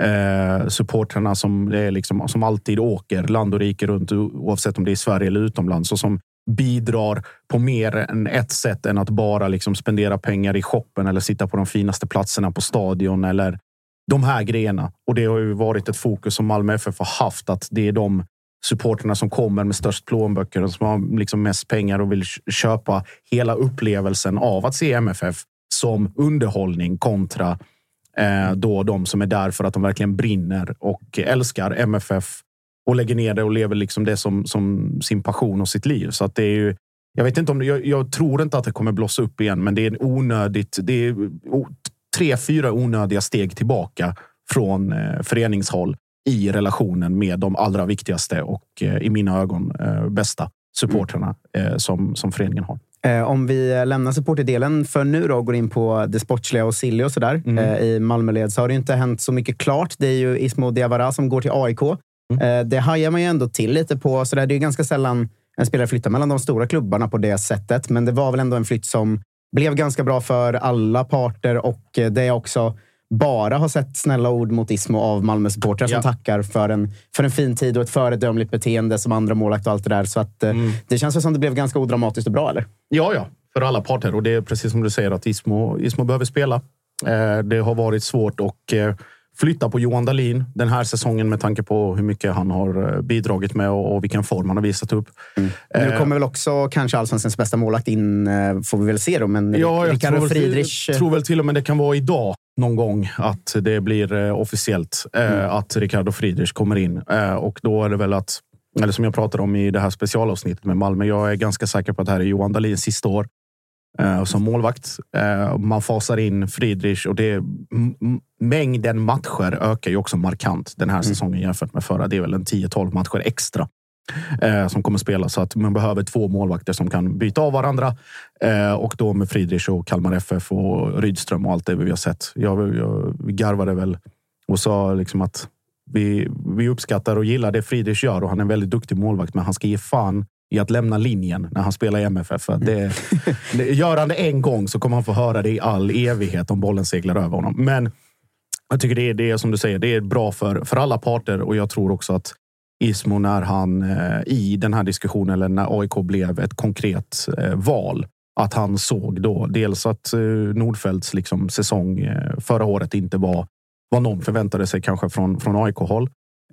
eh, supportrarna som, är liksom, som alltid åker land och rike runt, oavsett om det är i Sverige eller utomlands, och som bidrar på mer än ett sätt än att bara liksom spendera pengar i shoppen eller sitta på de finaste platserna på stadion eller de här grejerna. Och det har ju varit ett fokus som Malmö F F har haft, att det är de supporterna som kommer med störst plånböcker och som har liksom mest pengar och vill köpa hela upplevelsen av att se M F F som underhållning kontra eh, då de som är där för att de verkligen brinner och älskar M F F och lägger ner det och lever liksom det som, som sin passion och sitt liv. Så att det är ju, jag vet inte om det, jag, jag tror inte att det kommer blossa upp igen, men det är en onödigt, det är o, tre, fyra onödiga steg tillbaka från eh, föreningshåll i relationen med de allra viktigaste och eh, i mina ögon eh, bästa supporterna eh, som, som föreningen har. Eh, om vi lämnar supporterdelen för nu då och går in på det sportsliga och Silly och sådär mm. eh, i Malmöled, så har det inte hänt så mycket klart. Det är ju Ismo Diawara som går till A I K. Mm. Det hajar man ju ändå till lite på. Så det är ju ganska sällan en spelare flyttar mellan de stora klubbarna på det sättet. Men det var väl ändå en flytt som blev ganska bra för alla parter. Och det jag också bara har sett snälla ord mot Ismo av Malmö-supportrar ja. som tackar för en, för en fin tid och ett föredömligt beteende som andra målakt och allt det där. Så att mm. det känns väl som det blev ganska odramatiskt och bra, eller? Ja, ja. För alla parter. Och det är precis som du säger att Ismo, Ismo behöver spela. Det har varit svårt och flytta på Johan Dahlin den här säsongen med tanke på hur mycket han har bidragit med och vilken form han har visat upp. Mm. Nu kommer väl också kanske Allsvenskans bästa målvakt in, får vi väl se då, men ja, jag Rickard tror, Friedrich... jag tror väl till och med det kan vara idag någon gång att det blir officiellt mm. att Ricardo Friedrich kommer in. Och då är det väl att, eller som jag pratade om i det här specialavsnittet med Malmö, jag är ganska säker på att det här är Johan Dahlins sista år Uh, som målvakt. Uh, man fasar in Friedrich och det m- mängden matcher ökar ju också markant den här mm. säsongen jämfört med förra. Det är väl en tio tolv matcher extra uh, som kommer spela, så att man behöver två målvakter som kan byta av varandra uh, och då med Friedrich och Kalmar F F och Rydström och allt det vi har sett. Jag, jag vi garvade väl och sa liksom att vi, vi uppskattar och gillar det Friedrich gör och han är en väldigt duktig målvakt, men han ska ge fan i att lämna linjen när han spelar i M F F. Det, det, gör han det en gång så kommer han få höra det i all evighet om bollen seglar över honom. Men jag tycker det är, det är som du säger, det är bra för, för alla parter, och jag tror också att Ismo, när han eh, i den här diskussionen, eller när A I K blev ett konkret eh, val, att han såg då dels att eh, Nordfeldts liksom, säsong eh, förra året inte var vad någon förväntade sig kanske från, från A I K-håll.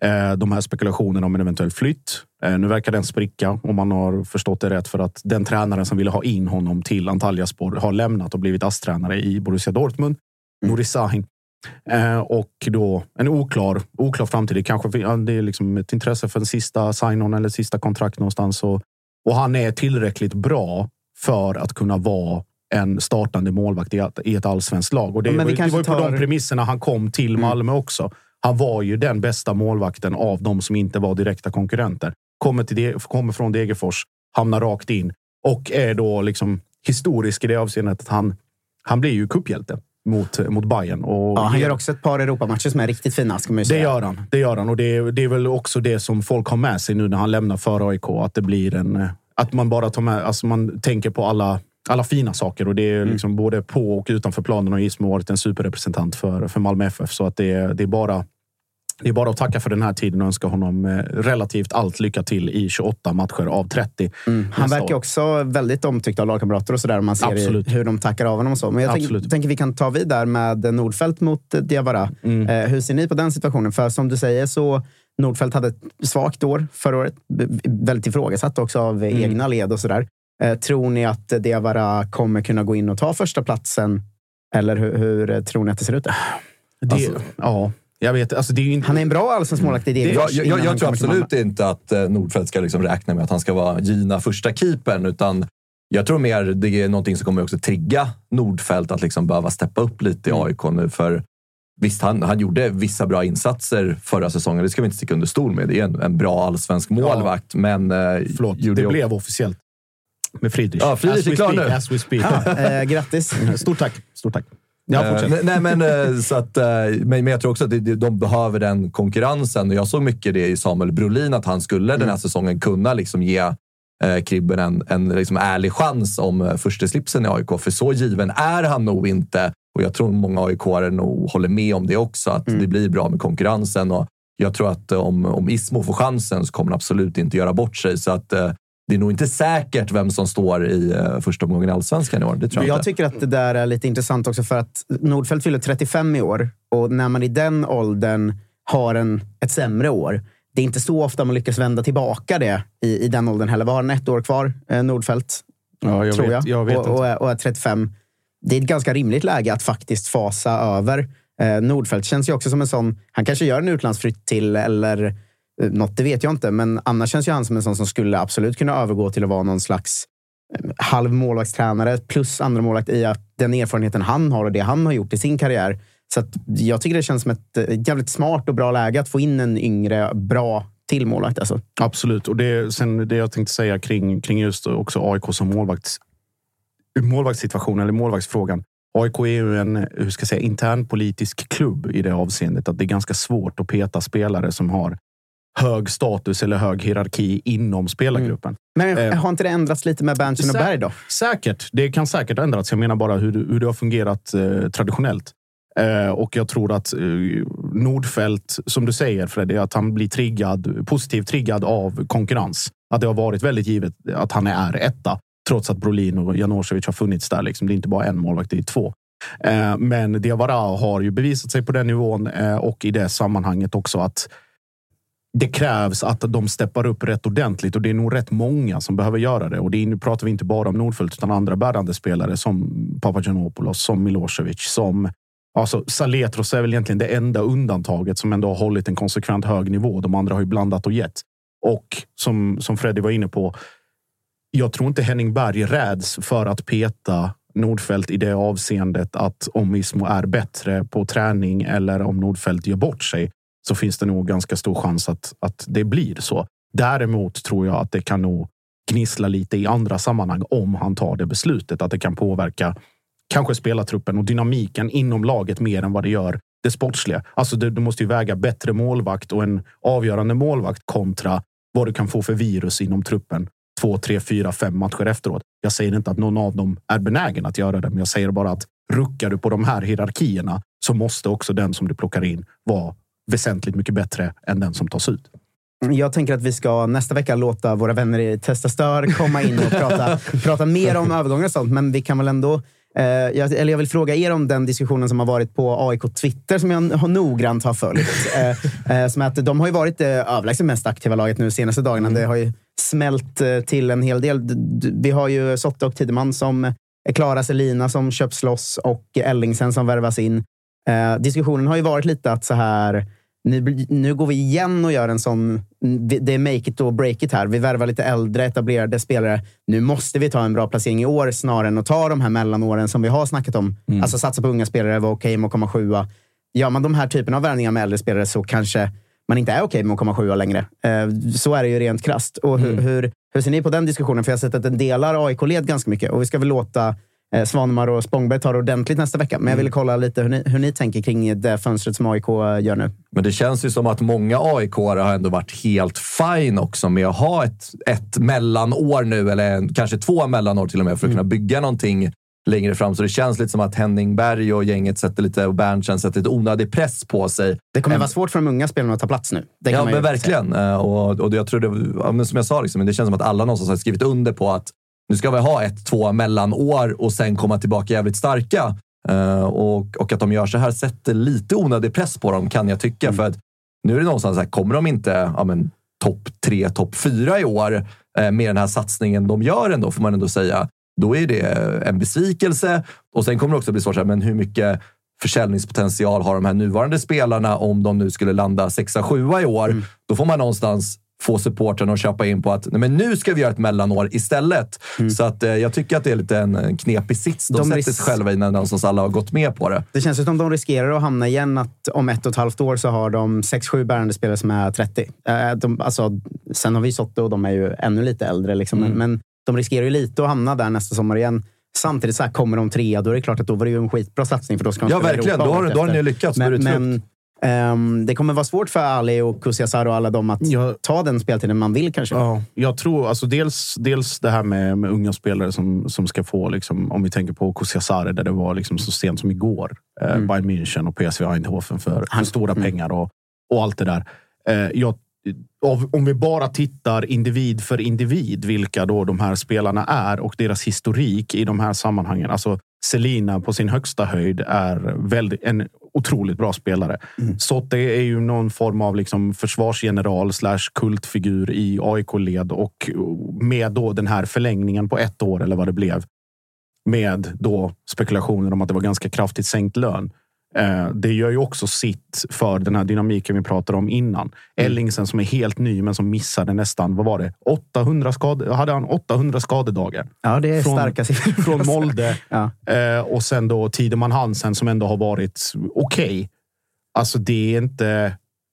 De här spekulationerna om en eventuell flytt. Nu verkar den spricka, om man har förstått det rätt, för att den tränaren som ville ha in honom till Antalyaspor har lämnat och blivit A S tränare i Borussia Dortmund, mm. Nuri Sahin. Och då en oklar, oklar framtid. Det kanske det är liksom ett intresse för en sista sign-on eller sista kontrakt någonstans. Och, och han är tillräckligt bra för att kunna vara en startande målvakt i ett, i ett allsvenskt lag. Och det, ja, det, det var ju på tar... de premisserna han kom till Malmö mm. också. Han var ju den bästa målvakten av de som inte var direkta konkurrenter. Kommer, till de, kommer från Degerfors, hamnar rakt in och är då liksom historisk i det avseendet att han, han blir ju kupphjälte mot, mot Bayern. Och ja, han gör också ett par Europamatcher som är riktigt fina, ska man ju säga. Det gör han, det gör han. Och det, det är väl också det som folk har med sig nu när han lämnar för A I K, att det blir en, att man bara tar med, alltså man tänker på alla alla fina saker, och det är liksom mm. både på och utanför planen, och Ismo har varit en superrepresentant för, för Malmö F F, så att det, det är bara Det är bara att tacka för den här tiden och önska honom relativt allt lycka till i tjugoåtta matcher av trettio. Mm. Han verkar också väldigt omtyckt av lagkamrater och sådär. Man ser i, hur de tackar av honom och så. Men jag tänker, tänker vi kan ta vid där med Nordfeldt mot Diawara. Mm. Eh, hur ser ni på den situationen? För som du säger så Nordfeldt hade ett svagt år förra året. Väldigt ifrågasatt också av mm. egna led och sådär. Eh, tror ni att Diawara kommer kunna gå in och ta första platsen? Eller hur, hur tror ni att det ser ut? Det? Det, alltså, ja. Jag vet, alltså det är ju inte... Han är en bra allsvensk målvakt i det. Jag, jag, jag, jag tror absolut inte att Nordfeldt ska liksom räkna med att han ska vara gina första keepern, utan jag tror mer det är någonting som kommer också trigga Nordfeldt att liksom behöva steppa upp lite i A I K nu. För visst, han, han gjorde vissa bra insatser förra säsongen. Det ska vi inte sticka under stol med. Det är en, en bra allsvensk målvakt. Ja. Men, eh, Förlåt, det jag... blev officiellt med Friedrich. Ja, Friedrich är klar nu. As we speak. Ja, eh, grattis. Stort tack. Stort tack. Ja, uh, nej, men, uh, så att, uh, men, men jag tror också att det, de behöver den konkurrensen. Och jag såg mycket det i Samuel Brolin, att han skulle mm. den här säsongen kunna liksom ge uh, Kribben en, en liksom ärlig chans om uh, första slipsen i A I K. För så given är han nog inte. Och jag tror många A I K-are nog håller med om det också. Att mm. det blir bra med konkurrensen. Och jag tror att uh, om, om Ismo får chansen så kommer han absolut inte göra bort sig. Så att... Uh, det är nog inte säkert vem som står i uh, första omgången i Allsvenskan i år. Det tror jag jag inte. tycker att det där är lite intressant också för att Nordfeldt fyller trettiofem i år. Och när man i den åldern har en, ett sämre år, det är inte så ofta man lyckas vända tillbaka det i, i den åldern heller. Vad har han ett år kvar, eh, Nordfeldt? Ja, jag tror vet, jag. jag vet och, och, och är trettiofem. Det är ett ganska rimligt läge att faktiskt fasa över. Eh, Nordfeldt känns ju också som en sån... Han kanske gör en utlandsflytt till eller... Något, det vet jag inte, men annars känns ju han som en sån som skulle absolut kunna övergå till att vara någon slags halv målvaktstränare plus andra målvakt i att den erfarenheten han har och det han har gjort i sin karriär. Så att jag tycker det känns som ett jävligt smart och bra läge att få in en yngre, bra till målvakt. Alltså. Absolut, och det, sen det jag tänkte säga kring, kring just också A I K som målvakts, målvaktssituation eller målvaktsfrågan. A I K är ju en, hur ska jag säga, internpolitisk klubb i det avseendet att det är ganska svårt att peta spelare som har hög status eller hög hierarki inom spelargruppen. Mm. Men har inte det ändrats lite med Berntsen och Berg då? Säkert. Det kan säkert ha ändrats. Jag menar bara hur, hur det har fungerat eh, traditionellt. Eh, och jag tror att eh, Nordfeldt, som du säger Freddy, att han blir triggad, positivt triggad av konkurrens. Att det har varit väldigt givet att han är etta. Trots att Brolin och Janošević har funnits där. Liksom. Det är inte bara en målvakt, det är två. Eh, men Diawara har ju bevisat sig på den nivån eh, och i det sammanhanget också att det krävs att de steppar upp rätt ordentligt och det är nog rätt många som behöver göra det. Och det är, nu pratar vi inte bara om Nordfeldt utan andra bärande spelare som Papagiannopoulos, som Milošević, som alltså Saletros är väl egentligen det enda undantaget som ändå har hållit en konsekvent hög nivå. De andra har ju blandat och gett. Och som, som Freddy var inne på, jag tror inte Henning Berg räds för att peta Nordfeldt i det avseendet att om Ismo är bättre på träning eller om Nordfeldt gör bort sig så finns det nog ganska stor chans att, att det blir så. Däremot tror jag att det kan nog gnissla lite i andra sammanhang om han tar det beslutet. Att det kan påverka kanske spelartruppen och dynamiken inom laget mer än vad det gör det sportsliga. Alltså du, du måste ju väga bättre målvakt och en avgörande målvakt kontra vad du kan få för virus inom truppen två, tre, fyra, fem matcher efteråt. Jag säger inte att någon av dem är benägen att göra det, men jag säger bara att ruckar du på de här hierarkierna så måste också den som du plockar in vara väsentligt mycket bättre än den som tas ut. Jag tänker att vi ska nästa vecka låta våra vänner i Testa Stör komma in och prata, prata mer om övergångar och sånt, men vi kan väl ändå eh, jag, eller jag vill fråga er om den diskussionen som har varit på A I K Twitter som jag har noggrant har följt. Eh, eh, som att de har ju varit eh, överlägset mest aktiva laget nu de senaste dagarna. Mm. Det har ju smält eh, till en hel del. Vi har ju Sotte och Tideman som är klara, Selina som köps loss och Ellingsen som värvas in. Eh, diskussionen har ju varit lite att så här Nu, nu går vi igen och gör en sån, det är make it or break it här. Vi värvar lite äldre, etablerade spelare. Nu måste vi ta en bra placering i år snarare än att ta de här mellanåren som vi har snackat om. Mm. Alltså satsa på unga spelare, vara okej med att komma sjua. Gör man de här typen av värvningar med äldre spelare så kanske man inte är okej med att komma sjua längre. Så är det ju rent krasst. Och hur, mm. hur, hur ser ni på den diskussionen? För jag har sett att den delar A I K-led ganska mycket. Och vi ska väl låta Svanemar och Spångberg tar det ordentligt nästa vecka. Men jag ville kolla lite hur ni, hur ni tänker kring det fönstret som A I K gör nu. Men det känns ju som att många A I K-are har ändå varit helt fine också med att ha ett, ett mellanår nu, eller kanske två mellanår till och med, för att mm. kunna bygga någonting längre fram. Så det känns lite som att Henning Berg och gänget sätter lite, och Berntsen sätter lite onödig press på sig. Det kommer vara svårt för de unga spelarna att ta plats nu. Det kan ja, man men verkligen. Säga. Och, och jag tror det, ja, men som jag sa, liksom, det känns som att alla någonstans har skrivit under på att nu ska vi ha ett, två mellanår och sen komma tillbaka jävligt starka. Uh, och, och att de gör så här sätter lite onödig press på dem, kan jag tycka. Mm. För att nu är det någonstans så här, kommer de inte ja, men, topp tre, topp fyra i år uh, med den här satsningen de gör ändå, får man ändå säga. Då är det en besvikelse. Och sen kommer det också bli svårt så här, men hur mycket försäljningspotential har de här nuvarande spelarna om de nu skulle landa sexa, sjua i år? Mm. Då får man någonstans få supporten att köpa in på att nej, men nu ska vi göra ett mellanår istället. Mm. Så att, eh, jag tycker att det är lite en, en knepig sits de, de sätter ris- själva i när någonstans alla har gått med på det. Det känns som de riskerar att hamna igen att om ett och ett halvt år så har de sex sju bärande spelare som är trettio. Eh, de, alltså, sen har vi Sotte och de är ju ännu lite äldre. Liksom. Mm. Men, men de riskerar ju lite att hamna där nästa sommar igen. Samtidigt så här kommer de trea, då är det klart att då var det ju en skitbra satsning. För då ska de ja, verkligen. Då har, då har ni lyckats. Men, men Um, det kommer vara svårt för Ali och Kusiasar och alla dem att ja. ta den speltiden man vill kanske. Ja, jag tror alltså dels, dels det här med, med unga spelare som, som ska få, liksom, om vi tänker på Kusiasar där det var liksom så sent som igår. Mm. Eh, Bayern München och P S V Eindhoven för, för stora mm. pengar och, och allt det där. Eh, jag, om vi bara tittar individ för individ vilka då de här spelarna är och deras historik i de här sammanhangen. Alltså Selina på sin högsta höjd är väldigt, en otroligt bra spelare. Mm. Sotte är ju någon form av liksom försvarsgeneral slash kultfigur i A I K-led och med då den här förlängningen på ett år eller vad det blev med då spekulationer om att det var ganska kraftigt sänkt lön. Eh, det gör ju också sitt för den här dynamiken vi pratade om innan. Mm. Ellingsen som är helt ny men som missade nästan, vad var det? åttahundra skade, hade han åttahundra skadedagar. Ja, det är från, starka siffror. Från Molde. Ja. Eh, och sen då Tideman Hansen som ändå har varit okej. Okay. Alltså det är inte...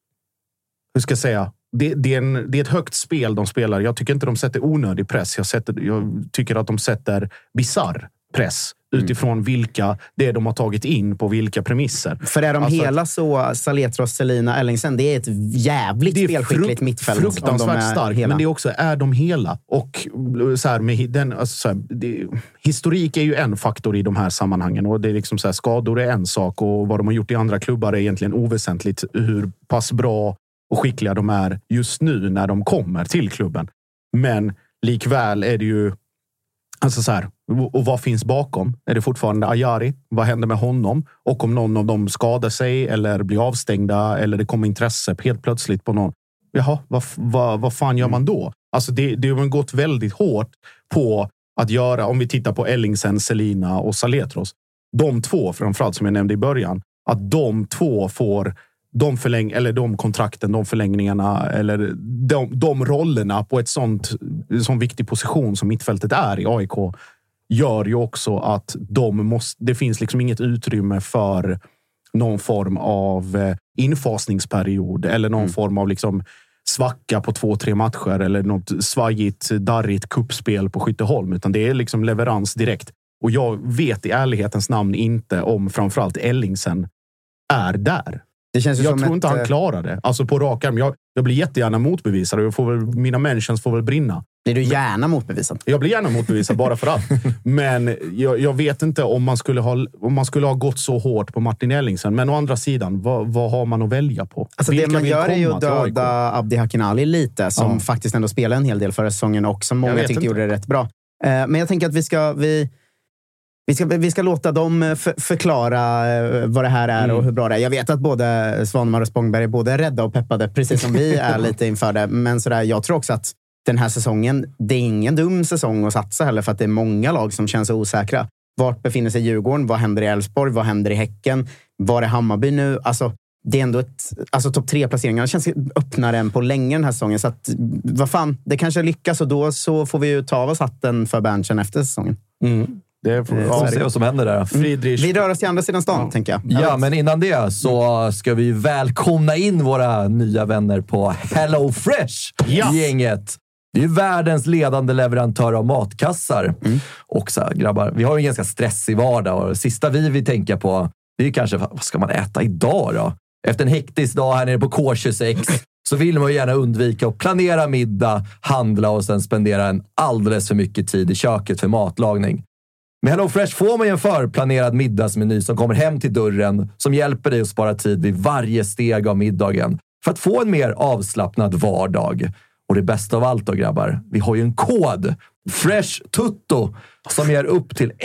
Hur ska jag säga? Det, det, är en, det är ett högt spel de spelar. Jag tycker inte de sätter onödig press. Jag, sätter, jag tycker att de sätter bizarr press utifrån mm. vilka det de har tagit in på vilka premisser. För är de alltså, hela så Saletros, Selina, Ellingsen, det är ett jävligt det är spelskickligt frukt, mittfält. Fruktansvärt starkt, men det är också, är de hela? Och så här, med den, alltså, så här, det, historik är ju en faktor i de här sammanhangen och det är liksom så här, skador är en sak och vad de har gjort i andra klubbar är egentligen oväsentligt hur pass bra och skickliga de är just nu när de kommer till klubben. Men likväl är det ju alltså så här, och vad finns bakom? Är det fortfarande Ayari? Vad händer med honom? Och om någon av dem skadar sig eller blir avstängda eller det kommer intresse helt plötsligt på någon. Jaha, vad, vad, vad fan gör man då? Alltså det, det har gått väldigt hårt på att göra, om vi tittar på Ellingsen, Selina och Saletros. De två, framförallt som jag nämnde i början, att de två får de förläng eller de kontrakten, de förlängningarna eller de, de rollerna på ett sånt sån viktig position som mittfältet är i A I K gör ju också att de måste, det finns liksom inget utrymme för någon form av infasningsperiod eller någon mm. form av liksom svacka på två, tre matcher eller något svajigt, darrigt kuppspel på Skytteholm, utan det är liksom leverans direkt. Och jag vet i ärlighetens namn inte om framförallt Ellingsen är där. Det känns jag tror ett... inte han klarar det. Alltså på rak arm. Jag, jag blir jättegärna motbevisad och jag får väl, mina mentions får väl brinna. Blir du gärna motbevisad? Jag blir gärna motbevisad bara för allt. Men jag, jag vet inte om man, skulle ha, om man skulle ha gått så hårt på Martin Ellingsen. Men å andra sidan, vad, vad har man att välja på? Alltså det man gör är ju att döda Abdi Hakinali lite. Som ja. faktiskt ändå spelade en hel del förra säsongen och som många tyckte inte. gjorde det rätt bra. Uh, men jag tänker att vi ska... Vi... Vi ska, vi ska låta dem för, förklara vad det här är mm. och hur bra det är. Jag vet att både Svanemar och Spångberg är både rädda och peppade, precis som vi är lite inför det. Men sådär, jag tror också att den här säsongen, det är ingen dum säsong att satsa heller, för att det är många lag som känns osäkra. Vart befinner sig Djurgården? Vad händer i Elfsborg? Vad händer i Häcken? Var är Hammarby nu? Alltså, det är ändå ett... Alltså topp tre placeringarna känns öppnare än på länge den här säsongen. Så att, vad fan, det kanske lyckas och då så får vi ju ta av oss hatten för Berntsen efter säsongen. Mm. Det får ja, se vad som händer där. Friedrich. Vi rör oss till andra sidan stan, ja. tänker jag. Ja, ja, men innan det så ska vi välkomna in våra nya vänner på Hello Fresh yes. gänget. Det är ju världens ledande leverantör av matkassar. Mm. Och så här, grabbar, vi har ju en ganska stressig vardag och det sista vi vill tänka på, det är ju kanske, vad ska man äta idag då? Efter en hektisk dag här nere på K tjugosex så vill man ju gärna undvika att planera middag, handla och sen spendera en alldeles för mycket tid i köket för matlagning. Med HelloFresh får man ju en förplanerad middagsmeny som kommer hem till dörren, som hjälper dig att spara tid vid varje steg av middagen för att få en mer avslappnad vardag. Och det bästa av allt då, grabbar, vi har ju en kod, FRESHTUTTO, som ger upp till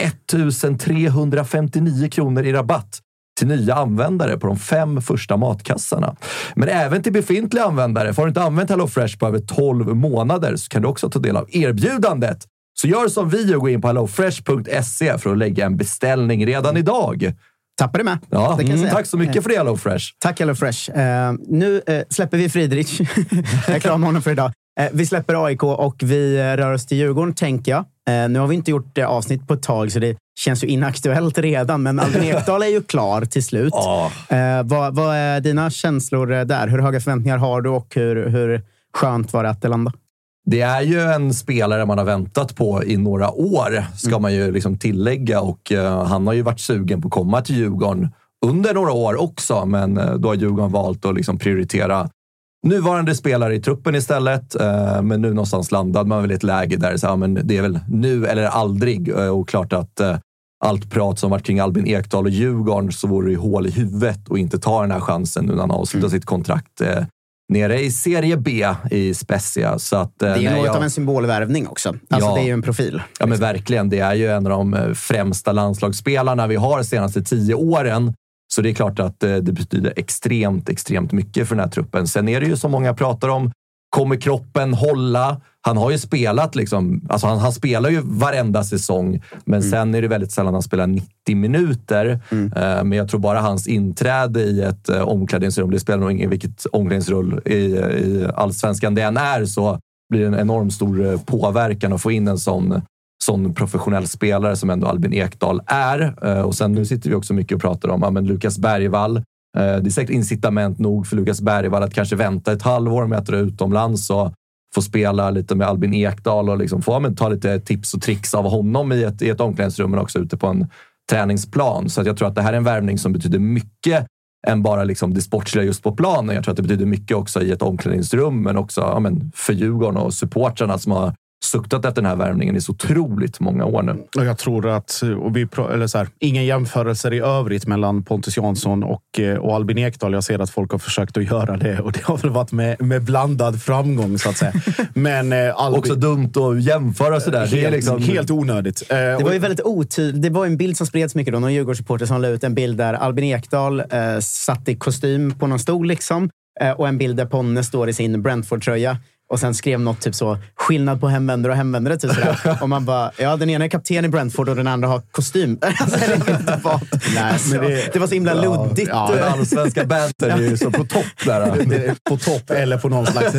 ettusentrehundrafemtionio kronor i rabatt till nya användare på de fem första matkassarna. Men även till befintliga användare. Får du inte använt HelloFresh på över tolv månader så kan du också ta del av erbjudandet. Så gör som vi och gå in på hellofresh punkt se för att lägga en beställning redan idag. Tappar du med? Ja, mm, tack så mycket för det, HelloFresh. Tack, HelloFresh. Uh, nu uh, släpper vi Friedrich. Jag är klar med honom för idag. Uh, vi släpper A I K och vi uh, rör oss till Djurgården, tänker jag. Uh, nu har vi inte gjort uh, avsnitt på ett tag så det känns ju inaktuellt redan. Men Albin Ekdal är ju klar till slut. Oh. Uh, vad, vad är dina känslor där? Hur höga förväntningar har du och hur, hur skönt var det att det landade? Det är ju en spelare man har väntat på i några år, ska mm. man ju liksom tillägga. Och uh, han har ju varit sugen på att komma till Djurgården under några år också. Men uh, då har Djurgården valt att liksom prioritera nuvarande spelare i truppen istället. Uh, men nu någonstans landad man väl i ett läge där så, ja, men det är väl nu eller aldrig. Uh, och klart att uh, allt prat som varit kring Albin Ekdal och Djurgården så vore det ju hål i huvudet och inte ta den här chansen nu när han avslutar mm. sitt kontrakt uh, nere i Serie B i Spezia. Så att, det är ju något jag... av en symbolvärvning också. Alltså ja. Det är ju en profil. Ja, men verkligen. Det är ju en av de främsta landslagsspelarna vi har de senaste tio åren. Så det är klart att det betyder extremt, extremt mycket för den här truppen. Sen är det ju som många pratar om, kommer kroppen hålla? Han har ju spelat liksom, alltså han, han spelar ju varenda säsong, men mm. sen är det väldigt sällan han spelar nittio minuter. Mm. Uh, men jag tror bara hans inträde i ett uh, omklädningsrum, det spelar nog ingen vilket omklädningsrum i, i allsvenskan det än är, så blir det en enorm stor uh, påverkan att få in en sån, sån professionell spelare som ändå Albin Ekdal är. Uh, och sen nu sitter vi också mycket och pratar om ja, men Lukas Bergvall. Uh, det är säkert incitament nog för Lukas Bergvall att kanske vänta ett halvår med att dra utomlands och få spela lite med Albin Ekdal och liksom få men, ta lite tips och tricks av honom i ett, i ett omklädningsrum men också ute på en träningsplan. Så att jag tror att det här är en värvning som betyder mycket än bara liksom det sportsliga just på planen. Jag tror att det betyder mycket också i ett omklädningsrum men också ja, men för Djurgården och supportrarna som har suktat efter den här värvningen i så otroligt många år nu. Och jag tror att, och vi, eller så här, ingen jämförelser i övrigt mellan Pontus Jansson och, och Albin Ekdal. Jag ser att folk har försökt att göra det och det har väl varit med, med blandad framgång så att säga. Men eh, Albin, också dumt att jämföra sådär. Helt, det är liksom helt onödigt. Eh, det var ju väldigt otydligt. Det var en bild som spreds mycket då. Någon Djurgårdssupporter som la ut en bild där Albin Ekdal eh, satt i kostym på någon stol liksom. Eh, och en bild där Ponne står i sin Brentford-tröja. Och sen skrev något typ så, skillnad på hemvändare och hemvändare typ sådär. Och man bara, ja den ena är kapten i Brentford och den andra har kostym. Alltså, det, Nej, men det, det var så himla ja, luddigt. Ja, den allsvenska banter är ju så på topp där. Det är på topp eller på någon slags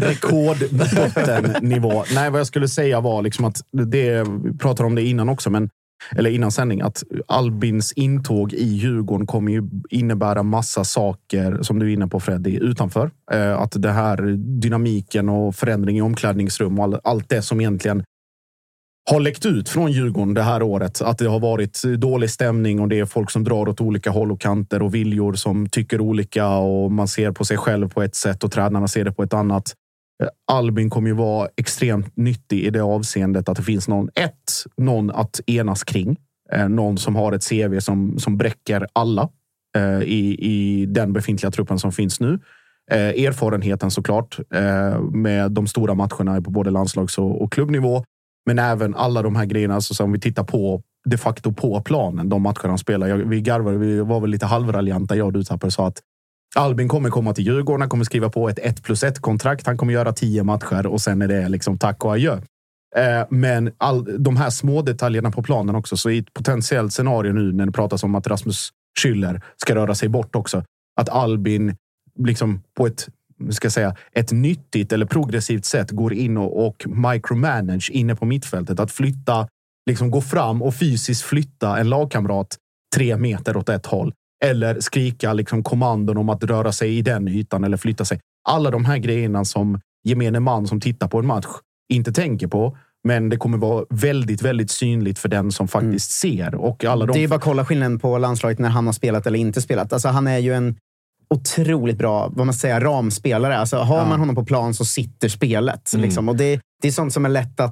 rekordbottennivå. Nej, vad jag skulle säga var liksom att det, vi pratade om det innan också, men eller innan sändning, att Albins intåg i Djurgården kommer ju innebära massa saker som du är inne på, Freddy, utanför. Eh, att det här dynamiken och förändring i omklädningsrum och all, allt det som egentligen har läckt ut från Djurgården det här året. Att det har varit dålig stämning och det är folk som drar åt olika håll och kanter och viljor som tycker olika och man ser på sig själv på ett sätt och tränarna ser det på ett annat. Albin kommer ju vara extremt nyttig i det avseendet att det finns någon, ett, någon att enas kring. Eh, någon som har ett C V som, som bräcker alla eh, i, i den befintliga truppen som finns nu. Eh, erfarenheten såklart eh, med de stora matcherna på både landslags- och, och klubbnivå. Men även alla de här grejerna alltså, som vi tittar på de facto på planen, de matcherna han spelar. Jag, vi garvade, vi var väl lite halvralianta, jag och du tappade, sa att Albin kommer komma till Djurgården, han kommer skriva på ett ett plus ett kontrakt, han kommer göra tio matcher och sen är det liksom tack och adjö. Eh, men all, de här små detaljerna på planen också, så i ett potentiellt scenario nu när det pratas om att Rasmus Schüller ska röra sig bort också, att Albin liksom på ett, ska jag säga, ett nyttigt eller progressivt sätt går in och, och micromanage inne på mittfältet, att flytta, liksom gå fram och fysiskt flytta en lagkamrat tre meter åt ett håll. Eller skrika liksom kommandon om att röra sig i den ytan eller flytta sig. Alla de här grejerna som gemene man som tittar på en match inte tänker på. Men det kommer vara väldigt, väldigt synligt för den som faktiskt mm. ser. Och alla de... Det är bara att kolla skillnaden på landslaget när han har spelat eller inte spelat. Alltså han är ju en otroligt bra, vad man säger, ramspelare. Alltså har ja. man honom på plan så sitter spelet. Mm. Liksom. Och det, det är sånt som är lätt att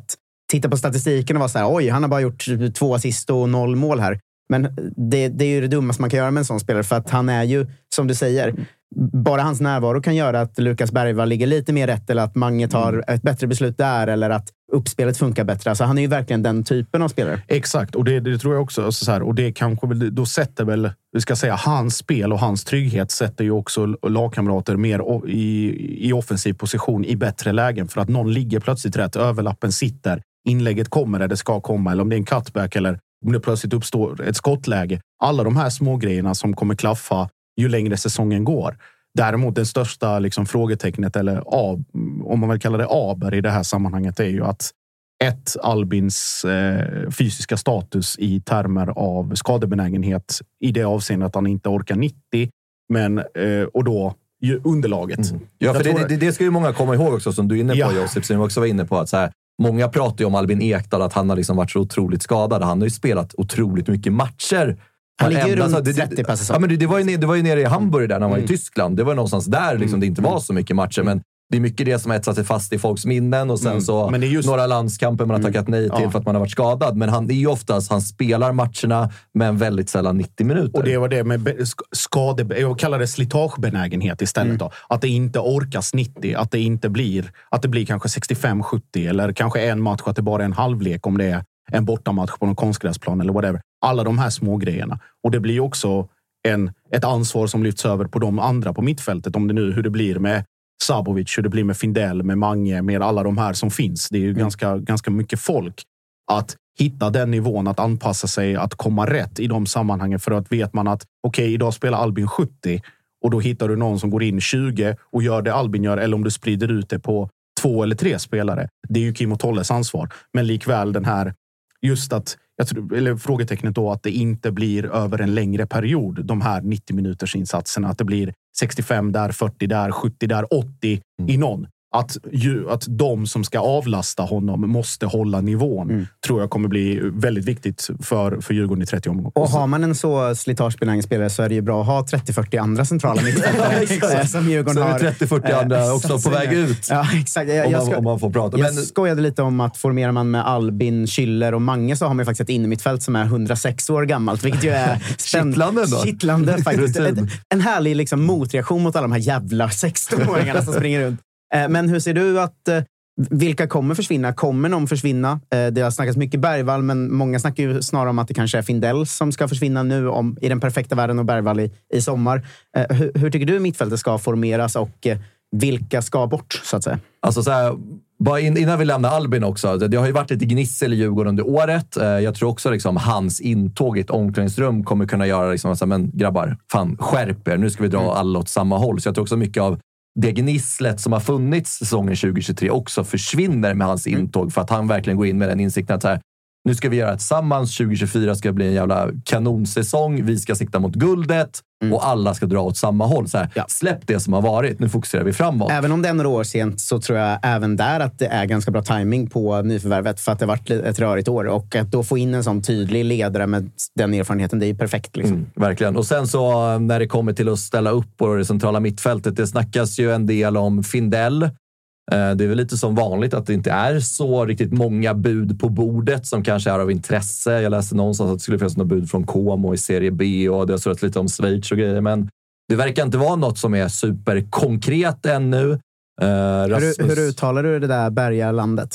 titta på statistiken och vara så här, oj, han har bara gjort två assist och noll mål här. Men det, det är ju det dummaste man kan göra med en sån spelare, för att han är ju, som du säger, bara hans närvaro kan göra att Lukas Bergvall ligger lite mer rätt, eller att Mange tar mm. ett bättre beslut där, eller att uppspelet funkar bättre. Alltså han är ju verkligen den typen av spelare. Exakt, och det, det tror jag också. Alltså så här, och det kanske väl, då sätter väl, vi ska säga, hans spel och hans trygghet sätter ju också lagkamrater mer i, i offensiv position i bättre lägen, för att någon ligger plötsligt rätt, överlappen sitter, inlägget kommer där det ska komma, eller om det är en cutback, eller om det plötsligt uppstår ett skottläge. Alla de här små grejerna som kommer klaffa ju längre säsongen går. Däremot den största liksom, frågetecknet, eller ab, om man vill kalla det aber i det här sammanhanget, är ju att ett, Albins eh, fysiska status i termer av skadebenägenhet, i det avseendet att han inte orkar nittio, men eh, och då ju underlaget. Mm. Ja, för det, det, det ska ju många komma ihåg också, som du är inne på, ja. Josip, som också var inne på, att så här, många pratar ju om Albin Ekdal, att han har liksom varit så otroligt skadad. Han har ju spelat otroligt mycket matcher. Han ligger ju runt trettio per säsong. Ja, men det, det, var ju, det var ju nere i Hamburg där när han var mm. i Tyskland. Det var någonstans där liksom, det inte var så mycket matcher, men det är mycket det som har etsat sig fast i folks minnen, och sen mm. så men det är just några landskamper man har tackat nej till ja. för att man har varit skadad. Men han är ju oftast, han spelar matcherna, men väldigt sällan nittio minuter. Och det var det med skade, jag kallar det slitagebenägenhet istället mm. då. Att det inte orkas nittio, att det inte blir, att det blir kanske sextiofem sjuttio, eller kanske en match, att det bara är en halvlek om det är en bortamatch på någon konstgräsplan eller whatever. Alla de här små grejerna. Och det blir också en, ett ansvar som lyfts över på de andra på mittfältet, om det nu, hur det blir med Sabovic, hur det blir med Findell, med Mange, med alla de här som finns. Det är ju mm. ganska, ganska mycket folk. Att hitta den nivån, att anpassa sig, att komma rätt i de sammanhangen, för att vet man att okej, okay, idag spelar Albin sjuttio, och då hittar du någon som går in tjugo och gör det Albin gör, eller om du sprider ut det på två eller tre spelare. Det är ju Kim och Tolles ansvar. Men likväl den här, just att, jag tror, eller frågetecknet då, att det inte blir över en längre period, de här nittio minuters insatserna, att det blir sextiofem där, fyrtio där, sjuttio där, åttio mm. i någon. Att, ju, att de som ska avlasta honom måste hålla nivån, mm. tror jag kommer bli väldigt viktigt för, för Djurgården i trettio omgångar. Och har man en så slitagebenägen spelare, så är det ju bra att ha trettio fyrtio andra centrala mittfältare som Djurgården så har. Så är det trettio fyrtio andra också på väg ut. Ja, exakt. Jag, om, man, jag, sko- om man får prata. jag Men... skojade lite om att formerar man med Albin, Schüller och Mange, så har man ju faktiskt ett innermittfält som är hundrasex år gammalt, vilket ju är kittlande ändå. Kittlande faktiskt. en, en härlig liksom, motreaktion mot alla de här jävla sexton-åringarna som springer runt. Men hur ser du att, vilka kommer försvinna? Kommer någon försvinna? Det har snackats mycket Bergvall, men många snackar ju snarare om att det kanske är Findell som ska försvinna nu om, i den perfekta världen, och Bergvall i, i sommar. Hur, hur tycker du mittfältet ska formeras, och vilka ska bort, så att säga? Alltså så här, bara in, innan vi lämnar Albin också. Det, det har ju varit lite gnissel i Djurgården under året. Jag tror också liksom hans intåg i ett omklädningsrum kommer kunna göra liksom, så här, men grabbar, fan, skärp er. Nu ska vi dra mm. alla åt samma håll. Så jag tror också mycket av det gnisslet som har funnits säsongen tjugo tjugotre också försvinner med hans intåg, för att han verkligen går in med den insikten att så här, nu ska vi göra tillsammans, tjugo tjugofyra ska bli en jävla kanonsäsong, vi ska sikta mot guldet mm. och alla ska dra åt samma håll. Så här, ja. Släpp det som har varit, nu fokuserar vi framåt. Även om det är några år sent, så tror jag även där att det är ganska bra timing på nyförvärvet, för att det har varit ett rörigt år, och att då få in en sån tydlig ledare med den erfarenheten, det är ju perfekt liksom. Mm, verkligen. Och sen så när det kommer till att ställa upp på det centrala mittfältet, det snackas ju en del om Findell. Det är väl lite som vanligt att det inte är så riktigt många bud på bordet som kanske är av intresse. Jag läste någonstans att det skulle finnas något bud från Como i Serie B, och det har stått lite om Schweiz och grejer, men det verkar inte vara något som är superkonkret ännu. Uh, Rasmus... hur, hur uttalar du det där Bergalandet?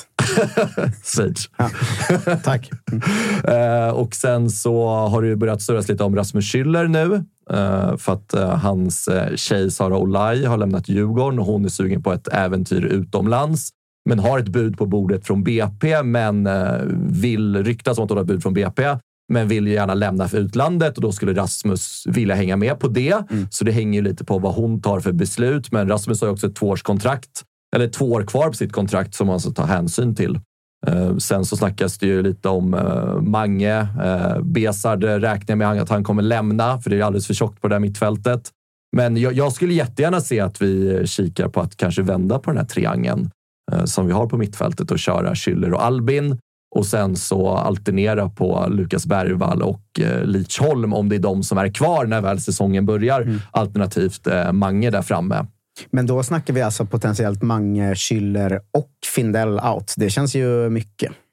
Schweiz. Ja. Tack. uh, och sen så har det ju börjat surras lite om Rasmus Schüller nu. Uh, för att uh, hans uh, tjej Sara Olaj har lämnat Djurgården, och hon är sugen på ett äventyr utomlands, men har ett bud på bordet från B P, men uh, vill ryktas om att hon har ett bud från B P, men vill gärna lämna för utlandet, och då skulle Rasmus vilja hänga med på det. Mm. Så det hänger ju lite på vad hon tar för beslut, men Rasmus har ju också ett tvåårskontrakt, eller två år kvar på sitt kontrakt som man ska ta hänsyn till. Uh, sen så snackas det ju lite om uh, Mange. Uh, Besard räknar med att han kommer lämna, för det är alldeles för tjockt på det här mittfältet. Men jag, jag skulle jättegärna se att vi kikar på att kanske vända på den här triangeln uh, som vi har på mittfältet, och köra Schüller och Albin. Och sen så alternera på Lukas Bergvall och uh, Lidsholm, om det är de som är kvar när väl säsongen börjar. Mm. Alternativt uh, Mange där framme. Men då snackar vi alltså potentiellt Mange, Schüller och Findell out. Det känns ju mycket.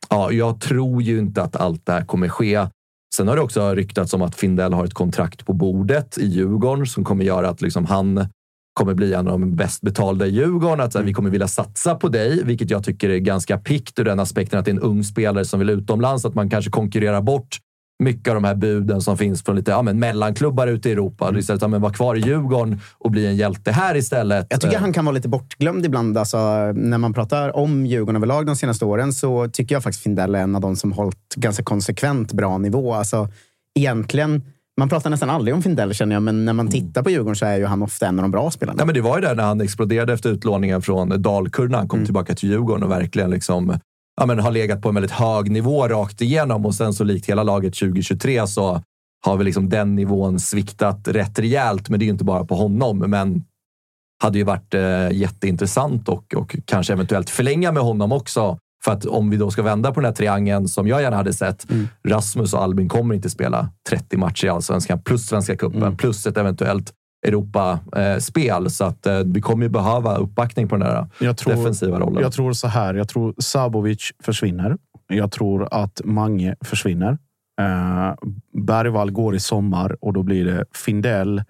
Ja, jag tror ju inte att allt det här kommer ske. Sen har det också ryktats om att Findell har ett kontrakt på bordet i Djurgården som kommer göra att liksom han kommer bli en av de bäst betalda i Djurgården. Att mm. vi kommer vilja satsa på dig, vilket jag tycker är ganska pikt ur den aspekten att det är en ung spelare som vill utomlands. Att man kanske konkurrerar bort mycket av de här buden som finns från lite ja, men mellanklubbar ute i Europa. Mm. Istället för att vara kvar i Djurgården och bli en hjälte här istället. Jag tycker han kan vara lite bortglömd ibland. Alltså, när man pratar om Djurgården överlag de senaste åren så tycker jag faktiskt Findell är en av de som hållit ganska konsekvent bra nivå. Alltså, egentligen, man pratar nästan aldrig om Findell känner jag, men när man tittar på Djurgården så är ju han ofta en av de bra spelarna. Ja, men det var ju där när han exploderade efter utlåningen från Dalkurd när han kom mm. tillbaka till Djurgården och verkligen liksom ja, men har legat på en väldigt hög nivå rakt igenom och sen så likt hela laget tjugohundratjugotre så har vi liksom den nivån sviktat rätt rejält, men det är ju inte bara på honom, men hade ju varit eh, jätteintressant och, och kanske eventuellt förlänga med honom också, för att om vi då ska vända på den här triangeln som jag gärna hade sett, mm. Rasmus och Albin kommer inte spela trettio matcher i Allsvenskan plus Svenska cupen mm. plus ett eventuellt Europa-spel. Eh, så att eh, vi kommer ju behöva uppbackning på den här jag tror, defensiva rollen. Jag tror så här. Jag tror Sabovic försvinner. Jag tror att Mange försvinner. Eh, Bergvall går i sommar och då blir det Findell,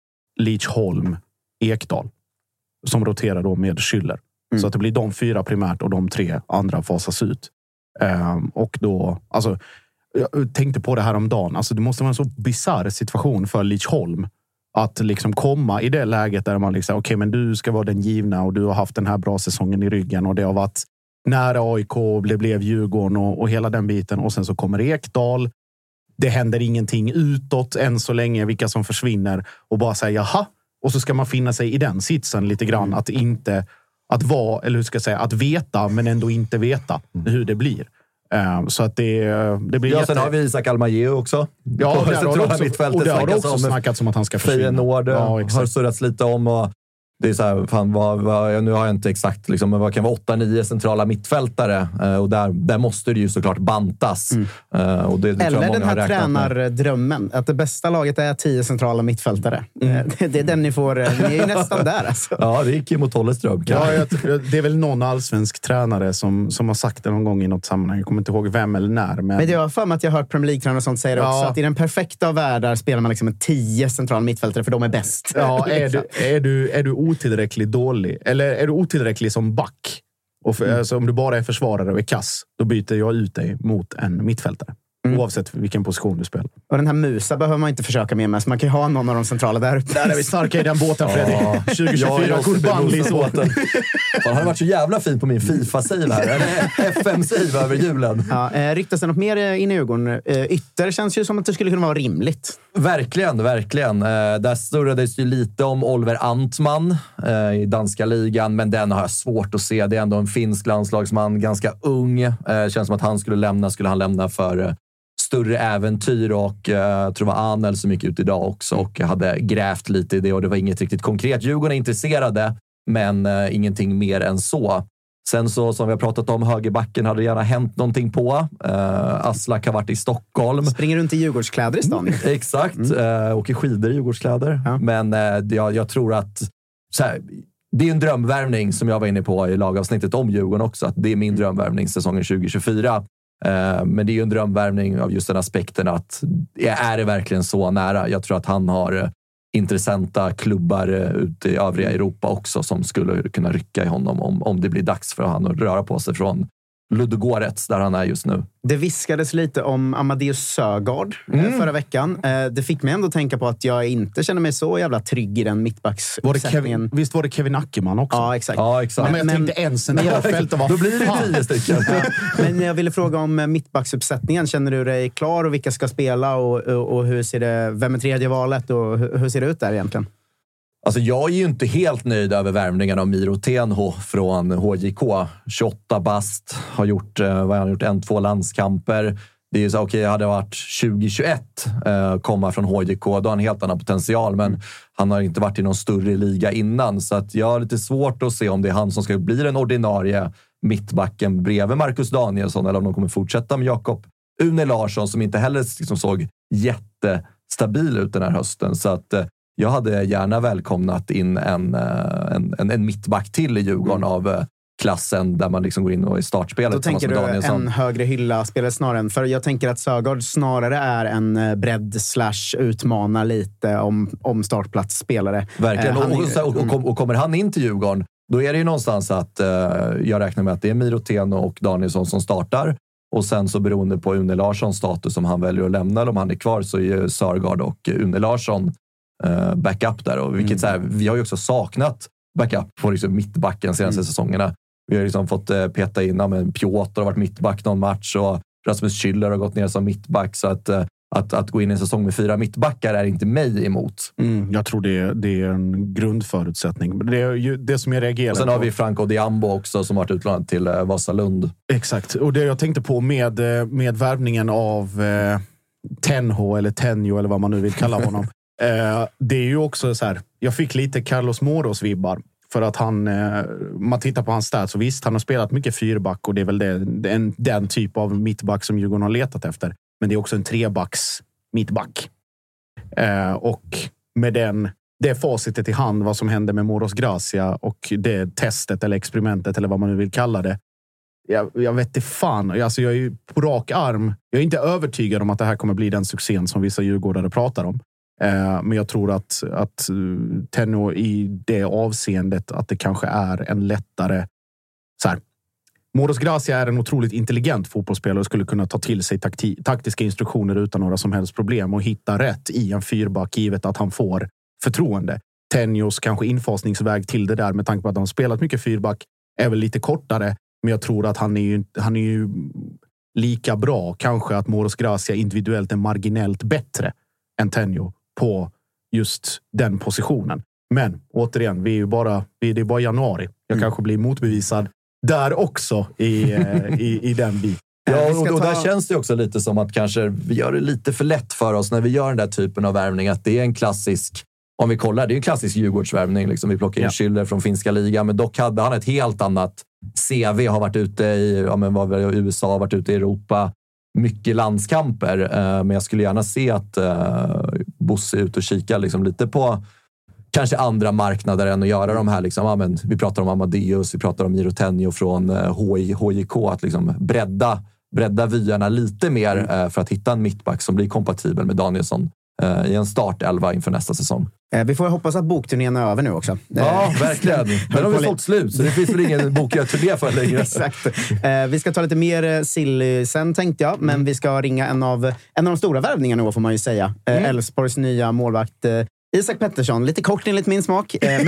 Lidsholm, Ekdal som roterar då med Schüller. Mm. Så att det blir de fyra primärt och de tre andra fasas ut. Eh, och då, alltså jag tänkte på det här om dagen. Alltså det måste vara en så bizarr situation för Lidsholm att liksom komma i det läget där man liksom, okej okay, men du ska vara den givna och du har haft den här bra säsongen i ryggen och det har varit nära A I K och det blev Djurgården och, och hela den biten och sen så kommer Ekdal. Det händer ingenting utåt än så länge, vilka som försvinner och bara säga jaha, och så ska man finna sig i den sitsen lite grann mm. att inte, att vara, eller hur ska jag säga, att veta men ändå inte veta mm. hur det blir. Um, så att det, det blir ja, jätte... sen har vi Isak Almageo också. Ja, och där har det också, och där har det också snackats om att han ska försvinna. Feyenoord ja, har surrats lite om och det är så här, fan, vad, vad, nu har jag inte exakt, liksom, men vad kan vara åtta nio centrala mittfältare uh, och där, där måste det ju såklart bantas. Mm. Uh, och det, det eller den här tränardrömmen, att det bästa laget är tio centrala mittfältare. Mm. det, det är den ni får, ni är ju nästan där alltså. Ja, det är Kim och Tolles dröm. Ja, jag, det är väl någon allsvensk tränare som, som har sagt det någon gång i något sammanhang. Jag kommer inte ihåg vem eller när. Men, men det var för mig att jag har hört Premier League-tränare och sånt säger ja. också, att i den perfekta världen spelar man liksom en tio centrala mittfältare för de är bäst. Ja, är du, är du, är du otillräckligt dålig, eller är du otillräcklig som back och för, mm. alltså, om du bara är försvarare och är kass, då byter jag ut dig mot en mittfältare. Mm. Oavsett vilken position du spelar. Och den här Musa behöver man inte försöka med, men man kan ju ha någon av de centrala där uppe. Där är vi starka i den båten, Fredrik. Ja. tjugo tjugofyra, Kurbanli-båten. Han har varit så jävla fin på min FIFA-save här. F M-save över julen. Ja, eh, ryktas det något mer in i Djurgården? Eh, ytter känns ju som att det skulle kunna vara rimligt. Verkligen, verkligen. Eh, där surrades ju lite om Oliver Antman eh, i danska ligan, men den har jag svårt att se. Det är ändå en finsk landslagsman, ganska ung. Eh, känns som att han skulle lämna, skulle han lämna för eh, större äventyr och eh, jag tror det var Anel som gick ut idag också och hade grävt lite i det och det var inget riktigt konkret. Djurgården är intresserade, men eh, ingenting mer än så. Sen så, som vi har pratat om, högerbacken hade gärna hänt någonting på. Uh, Aslak har varit i Stockholm. Springer runt i Djurgårdskläder i stan. Mm, exakt. Mm. Uh, åker skidor i Djurgårdskläder. Ja. Men uh, jag, jag tror att så här, det är en drömvärvning som jag var inne på i lagavsnittet om Djurgården också. Att det är min drömvärvning säsongen tjugo tjugofyra. Uh, men det är ju en drömvärvning av just den aspekten att är det verkligen så nära? Jag tror att han har uh, intressanta klubbar uh, ute i övriga Europa också som skulle kunna rycka i honom om, om det blir dags för han att röra på sig från Ludogorets där han är just nu. Det viskades lite om Amadeus Sögaard mm. förra veckan. Det fick mig ändå tänka på att jag inte känner mig så jävla trygg i den mittbacksuppsättningen. Visst var det Kevin Ackerman också? Ja, exakt. Ja, exakt. Men, men jag tänkte en centralfält och var då blir det tio stycken. Ja. Men jag ville fråga om mittbacksuppsättningen. Känner du dig klar och vilka ska spela och, och, och hur ser det, vem är tredje valet och hur, hur ser det ut där egentligen? Alltså jag är ju inte helt nöjd över värvningen av Miro Tenho från H J K. tjugoåtta bast, har gjort, vad har han gjort, en, två landskamper. Det är ju så, okej, okay, jag hade varit tjugo tjugoett eh, komma från H J K, då har han en helt annan potential, men han har inte varit i någon större liga innan, så att jag har lite svårt att se om det är han som ska bli den ordinarie mittbacken bredvid Marcus Danielsson, eller om de kommer fortsätta med Jakob Une Larsson, som inte heller liksom såg jättestabil ut den här hösten, så att eh, jag hade gärna välkomnat in en, en, en, en mittback till i Djurgården mm. av klassen där man liksom går in och är startspelet. Då tänker du en högre hylla spelare snarare än, för jag tänker att Sögaard snarare är en bredd slash utmanar lite om, om startplatsspelare. Verkligen, eh, och, och, och, och kommer han in till Djurgården, då är det ju någonstans att uh, jag räknar med att det är Miro Teno och Danielsson som startar. Och sen så beroende på Une Larssons status om han väljer att lämna eller om han är kvar, så är ju Sörgaard och Une Larsson uh, backup där. Och vilket, mm. så här, vi har ju också saknat backup på liksom mittbacken senaste mm. säsongerna. Vi har liksom fått uh, peta in, men Piotr har varit mittback någon match och Rasmus Schüller har gått ner som mittback. Så att, uh, att, att gå in i en säsong med fyra mittbackar är inte mig emot. Mm, jag tror det, det är en grundförutsättning. Det är ju det som jag reagerar på. Och sen har vi Franco Diambo också som varit utlånad till uh, Vasalund. Exakt. Och det jag tänkte på med, med värvningen av eh, Tenho eller Tenjo eller vad man nu vill kalla honom. eh, det är ju också så här. Jag fick lite Carlos Moros-vibbar. För att han, eh, man tittar på hans stats, och visst, han har spelat mycket fyrback och det är väl det, den, den typ av mittback som Djurgården har letat efter. Men det är också en trebacks mittback. Eh, och med den, det facitet i hand, vad som hände med Moros Gracia och det testet eller experimentet eller vad man nu vill kalla det. Jag, jag vet inte fan. Alltså jag är ju på rak arm. Jag är inte övertygad om att det här kommer bli den succén som vissa djurgårdare pratar om. Eh, men jag tror att, att Tenno i det avseendet att det kanske är en lättare så här. Moros Gracia är en otroligt intelligent fotbollsspelare och skulle kunna ta till sig takti- taktiska instruktioner utan några som helst problem och hitta rätt i en fyrback givet att han får förtroende. Tenjos kanske infasningsväg till det där med tanke på att han har spelat mycket fyrback är väl lite kortare, men jag tror att han är ju, han är ju lika bra. Kanske att Moros Gracia individuellt är marginellt bättre än Tenjo på just den positionen. Men återigen, vi är ju bara, det är bara januari. Jag mm. kanske blir motbevisad där också i, i, i den biten. Ja, och, och där känns det också lite som att kanske vi gör det lite för lätt för oss när vi gör den där typen av värvning. Att det är en klassisk, om vi kollar, det är en klassisk Djurgårdsvärvning. Liksom. Vi plockar in ja. Schüller från finska ligan, men dock hade han ett helt annat C V. Har varit ute i ja, men var väl, U S A, varit ute i Europa. Mycket landskamper. Uh, men jag skulle gärna se att uh, Bosse ut och kika liksom, lite på kanske andra marknader än att göra de här. Liksom, ja, men vi pratar om Amadeus, vi pratar om Miro Tenjo från H J K. Att liksom bredda, bredda vyarna lite mer mm. för att hitta en mittback som blir kompatibel med Danielsson eh, i en startelva inför nästa säsong. Eh, vi får hoppas att bokturnén är över nu också. Ja, verkligen. Men de har vi sålt slut, så det finns väl ingen bokturné för längre. Exakt. Eh, vi ska ta lite mer sill sen, tänkte jag. Men mm. vi ska ringa en av, en av de stora värvningarna, får man ju säga. Elfsborgs mm. nya målvakt eh, Isak Pettersson, lite kort enligt min smak. Men,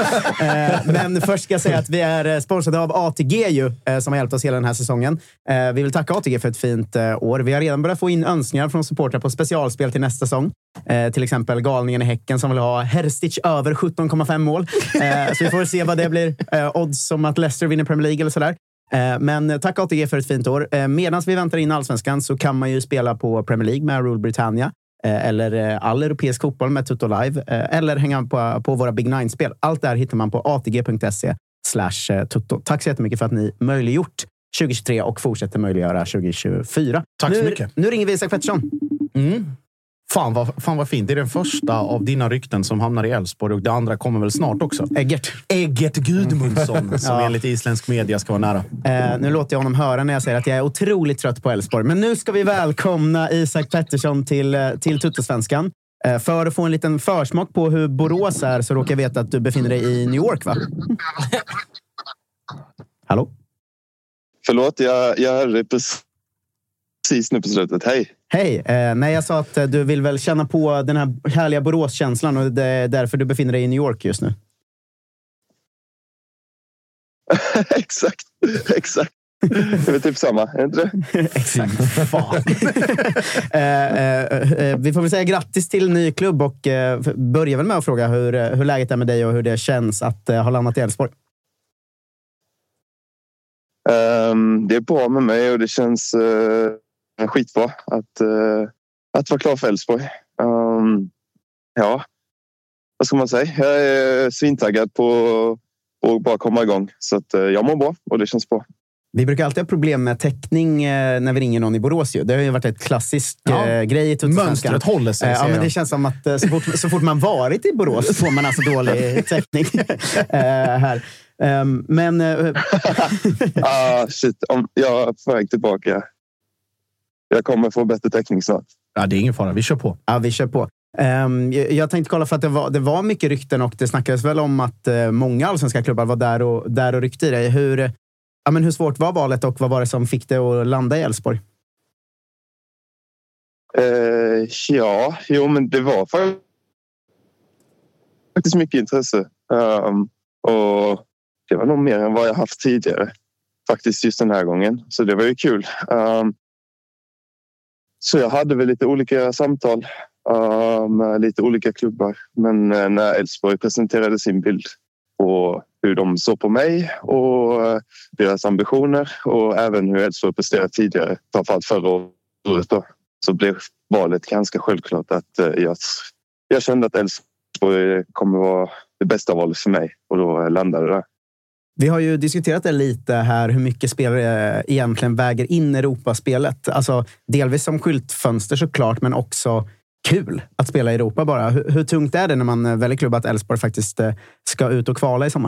men först ska jag säga att vi är sponsrade av A T G ju, som har hjälpt oss hela den här säsongen. Vi vill tacka A T G för ett fint år. Vi har redan börjat få in önskningar från supportrar på specialspel till nästa säsong. Till exempel Galningen i Häcken som vill ha Herstich över sjutton komma fem mål. Så vi får se vad det blir. Odds som att Leicester vinner Premier League eller sådär. Men tack A T G för ett fint år. Medan vi väntar in Allsvenskan så kan man ju spela på Premier League med Rule Britannia. Eller all europeisk fotboll med Tutto Live. Eller hänga på, på våra Big Nine-spel. Allt där hittar man på atg.se slash tutto. Tack så jättemycket för att ni möjliggjort tjugohundratjugotre och fortsätter möjliggöra tjugohundratjugofyra. Tack nu, så mycket. Nu ringer vi Isak Pettersson. Mm. Fan vad, fan vad fint. Det är den första av dina rykten som hamnar i Elfsborg och det andra kommer väl snart också. Eggert. Eggert Gudmundsson som ja. enligt isländsk media ska vara nära. Eh, nu låter jag honom höra när jag säger att jag är otroligt trött på Elfsborg. Men nu ska vi välkomna Isak Pettersson till, till Tuttosvenskan. Eh, för att få en liten försmak på hur Borås är så råkar jag veta att du befinner dig i New York, va? Hallå? Förlåt, jag, jag hörde precis. Precis nu på slutet. Hej. Hej. Eh, nej, jag sa att du vill väl känna på den här härliga Borås-känslan och det är därför du befinner dig i New York just nu. Exakt. Exakt. Det är typ samma, är inte det? Exakt. Fan. eh, eh, vi får väl säga grattis till ny klubb och eh, börja väl med att fråga hur, hur läget är med dig och hur det känns att eh, ha landat i Elfsborg. Um, det är bra med mig och det känns uh, skitbra att, uh, att vara klar för Elfsborg. Um, ja, vad ska man säga? Jag är svintaggad på att bara komma igång. Så att, uh, jag mår bra och det känns bra. Vi brukar alltid ha problem med täckning eh, när vi ringer någon i Borås. Ju. Det har ju varit ett klassiskt ja. eh, grej i Tuttosvenskan. Mönstret håller sig. Eh, ja, men det känns som att eh, så, fort, så fort man varit i Borås får man alltså dålig täckning eh, här. Um, men... Uh, ah, shit. Om jag är på väg tillbaka. Jag kommer få bättre täckning snart. Ja, det är ingen fara. Vi kör på. Ja, vi kör på. Um, jag, jag tänkte kolla för att det var, det var mycket rykten och det snackades väl om att uh, många allsvenska klubbar var där och, där och ryckte i det. Hur, ja, men hur svårt var valet och vad var det som fick det att landa i Elfsborg? Uh, ja, jo men det var faktiskt mycket intresse. Um, och det var nog mer än vad jag haft tidigare. Faktiskt just den här gången. Så det var ju kul. Um, så jag hade väl lite olika samtal uh, med lite olika klubbar. Men uh, när Elfsborg presenterade sin bild på hur de såg på mig och uh, deras ambitioner och även hur Elfsborg presterat tidigare, framförallt förra året då, så blev valet ganska självklart att uh, jag, jag kände att Elfsborg kommer vara det bästa valet för mig och då landade det. Vi har ju diskuterat det lite här, hur mycket spelare egentligen väger in Europaspelet. Alltså delvis som skyltfönster såklart, men också kul att spela i Europa bara. Hur, hur tungt är det när man väljer klubb att Elfsborg faktiskt ska ut och kvala i sommar?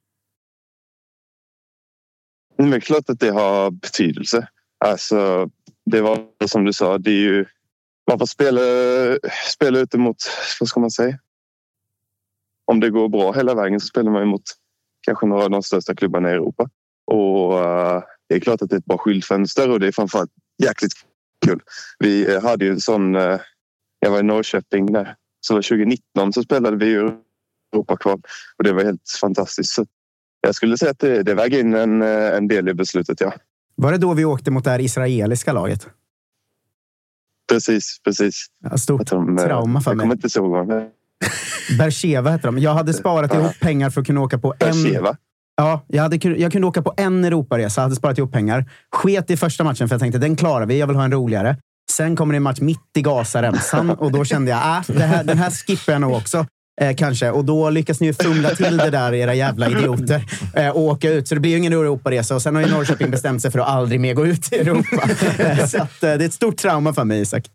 Det är klart att det har betydelse. Alltså, det var som du sa, det är ju... Man får spela, spela ute mot, vad ska man säga? Om det går bra hela vägen så spelar man mot kanske några av de största klubbarna i Europa. Och uh, det är klart att det är ett bra skyltfönster och det är framförallt jäkligt kul. Vi hade ju en sån... Uh, jag var i Norrköping där. Så tjugonitton så spelade vi ju Europakval och det var helt fantastiskt. Så jag skulle säga att det, det väger in en, en del i beslutet, ja. Var det då vi åkte mot det här israeliska laget? Precis, precis. Ja, stort de, trauma för jag mig. Jag kommer inte så vad. Bercheva heter de. Jag hade sparat ja. ihop pengar för att kunna åka på Bercheva. en... Ja, jag, hade, jag kunde åka på en Europaresa. Jag hade sparat ihop pengar. Sket i första matchen för jag tänkte, den klarar vi. Jag vill ha en roligare. Sen kommer det en match mitt i Gazaremsan och då kände jag, ah, det här, den här skippar jag nog också. Eh, kanske. Och då lyckas ni ju fumla till det där, era jävla idioter. Eh, och åka ut. Så det blir ju ingen Europaresa. Och sen har ju Norrköping bestämt sig för att aldrig mer gå ut i Europa. Eh, så att, eh, det är ett stort trauma för mig, Isak.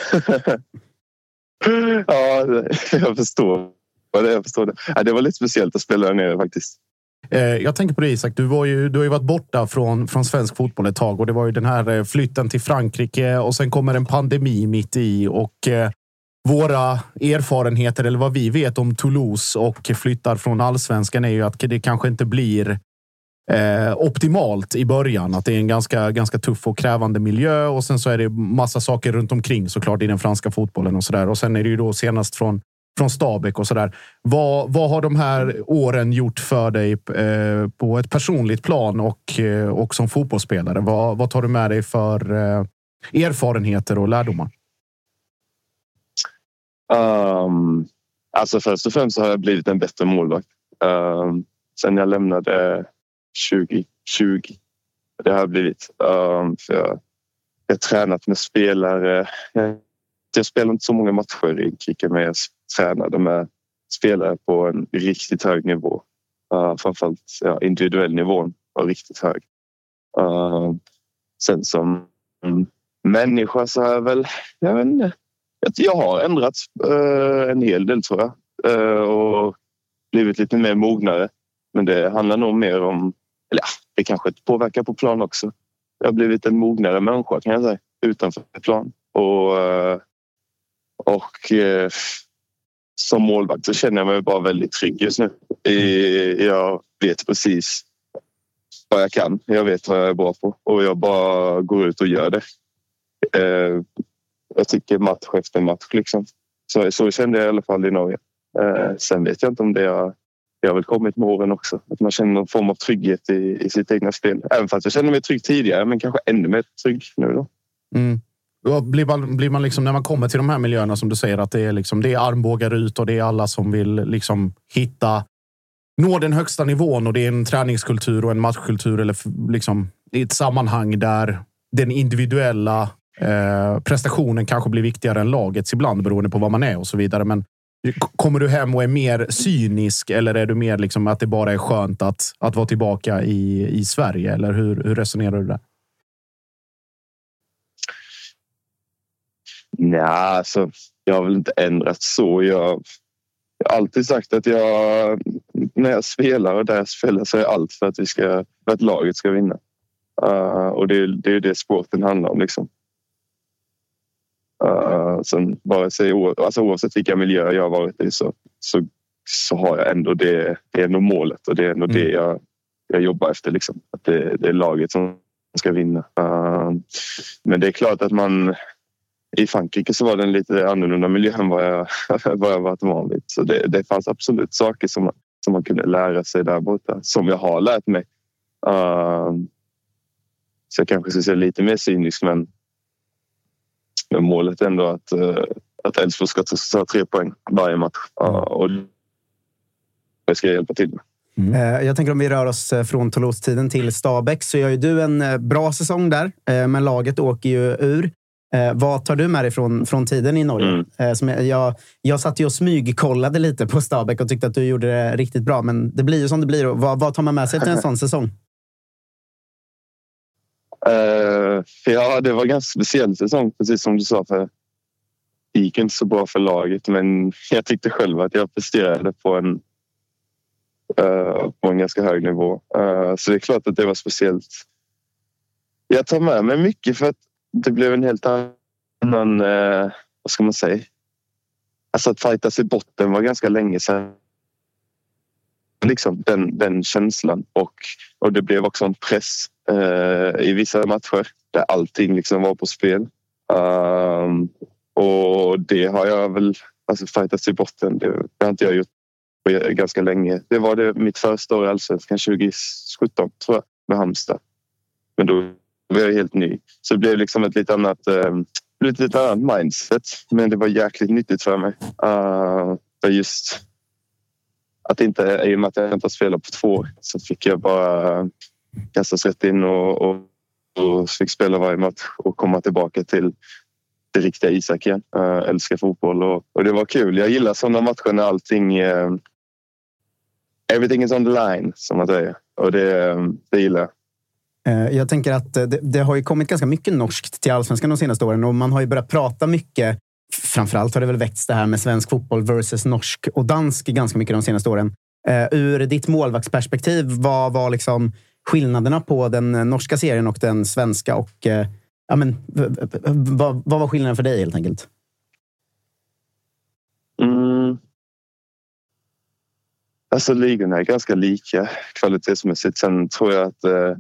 Ja, jag förstår. Jag förstår det. Ja, det var lite speciellt att spela där nere faktiskt. Jag tänker på det, Isak. Du, var ju, du har ju varit borta från, från svensk fotboll ett tag. Och det var ju den här flytten till Frankrike. Och sen kommer en pandemi mitt i. Och eh, våra erfarenheter, eller vad vi vet om Toulouse och flyttar från allsvenskan, är ju att det kanske inte blir eh, optimalt i början. Att det är en ganska, ganska tuff och krävande miljö. Och sen så är det massa saker runt omkring såklart i den franska fotbollen och sådär. Och sen är det ju då senast från från Stabæk och sådär. Vad, vad har de här åren gjort för dig eh, på ett personligt plan och, eh, och som fotbollsspelare? Vad, vad tar du med dig för eh, erfarenheter och lärdomar? Um, alltså först och främst så har jag blivit en bättre målvakt. Um, sen jag lämnade tjugo tjugo. Det har jag blivit. Um, för jag, jag har tränat med spelare. Jag, jag spelar inte så många matcher i Kika, men jag tränade med spelare på en riktigt hög nivå. Uh, framförallt ja, individuell nivån var riktigt hög. Uh, sen som mm, människa så har jag väl, jag vet inte, jag har ändrats uh, en hel del tror jag. Uh, och blivit lite mer mognare. Men det handlar nog mer om, eller ja, det kanske påverkar på plan också. Jag har blivit en mognare människa kan jag säga, utanför plan. Och, uh, och uh, som målvakt så känner jag mig bara väldigt trygg just nu. Jag vet precis vad jag kan. Jag vet vad jag är bra på. Och jag bara går ut och gör det. Jag tycker match efter match liksom. Så, så kände jag i alla fall i Norge. Sen vet jag inte om det har, det har väl kommit med åren också. Att man känner någon form av trygghet i, i sitt egna spel. Även fast jag känner mig trygg tidigare, men kanske ännu mer trygg nu då. Mm. Blir man, blir man liksom, när man kommer till de här miljöerna som du säger, att det är, liksom, det är armbågar ut och det är alla som vill liksom hitta, nå den högsta nivån, och det är en träningskultur och en matchkultur eller liksom i ett sammanhang där den individuella eh, prestationen kanske blir viktigare än lagets ibland beroende på vad man är och så vidare. Men Kommer du hem och är mer cynisk eller är du mer liksom att det bara är skönt att, att vara tillbaka i, i Sverige? Eller hur, hur resonerar du där? Nej, alltså, jag har väl inte ändrat så. Jag, jag har alltid sagt att jag, när jag spelar och där jag spelar så är allt för att, vi ska, för att laget ska vinna. Uh, och det är ju det, det sporten handlar om. Liksom. Uh, sen bara sig, alltså, oavsett vilka miljöer jag har varit i så, så, så har jag ändå det, det är nog målet och det är nog mm. det jag, jag jobbar efter. Liksom. Att det, det är laget som ska vinna. Uh, men det är klart att man i Frankrike så var det en lite annorlunda miljö än vad jag, vad jag varit van vid. Så det, det fanns absolut saker som man, som man kunde lära sig där borta. Som jag har lärt mig. Uh, så jag kanske ska säga lite mer cynisk men, men målet är ändå att, uh, att Elfsborg ska ta tre poäng varje match. Uh, och det ska jag hjälpa till med. Mm. Jag tänker om vi rör oss från Toulouse-tiden till Stabæk så gör ju du en bra säsong där. Men laget åker ju ur. Eh, vad tar du med dig från, från tiden i Norge? Mm. Eh, som jag, jag, jag satt ju och smygkollade lite på Stabæk och tyckte att du gjorde det riktigt bra. Men det blir ju som det blir. Vad, vad tar man med sig till en sån säsong? Uh, ja, det var en ganska speciell säsong, precis som du sa. För det gick inte så bra för laget, men jag tyckte själv att jag presterade på en, uh, på en ganska hög nivå. Uh, så det är klart att det var speciellt. Jag tar med mig mycket för att det blev en helt annan, uh, vad ska man säga? Alltså att fightas i botten var ganska länge sedan. Liksom den, den känslan och, och det blev också en press uh, i vissa matcher där allting liksom var på spel. Um, och det har jag väl, alltså fightats i botten, det, det har inte jag gjort på ganska länge. Det var det mitt första år i Allsvenskan tjugo sjutton tror jag med Halmstad. Men då var jag helt ny. Så det blev liksom ett lite annat, um, ett lite annat mindset. Men det var jäkligt nyttigt för mig. Uh, för just att inte, i och med att jag inte har spelat på två år så fick jag bara kastas rätt in och, och, och fick spela varje match och komma tillbaka till det riktiga Isak igen. Uh, älskar fotboll och, och det var kul. Jag gillar sådana matcher när allting uh, everything is on the line, som man säger. Och det, det gillar jag. Jag tänker att det, det har ju kommit ganska mycket norskt till Allsvenskan de senaste åren och man har ju börjat prata mycket. Framförallt har det väl väckts det här med svensk fotboll versus norsk och dansk ganska mycket de senaste åren. Uh, ur ditt målvaktsperspektiv, vad var liksom skillnaderna på den norska serien och den svenska? Och uh, ja, men, v- v- vad, vad var skillnaden för dig helt enkelt? Mm. Alltså ligorna är ganska lika kvalitetsmässigt. Sen tror jag att uh,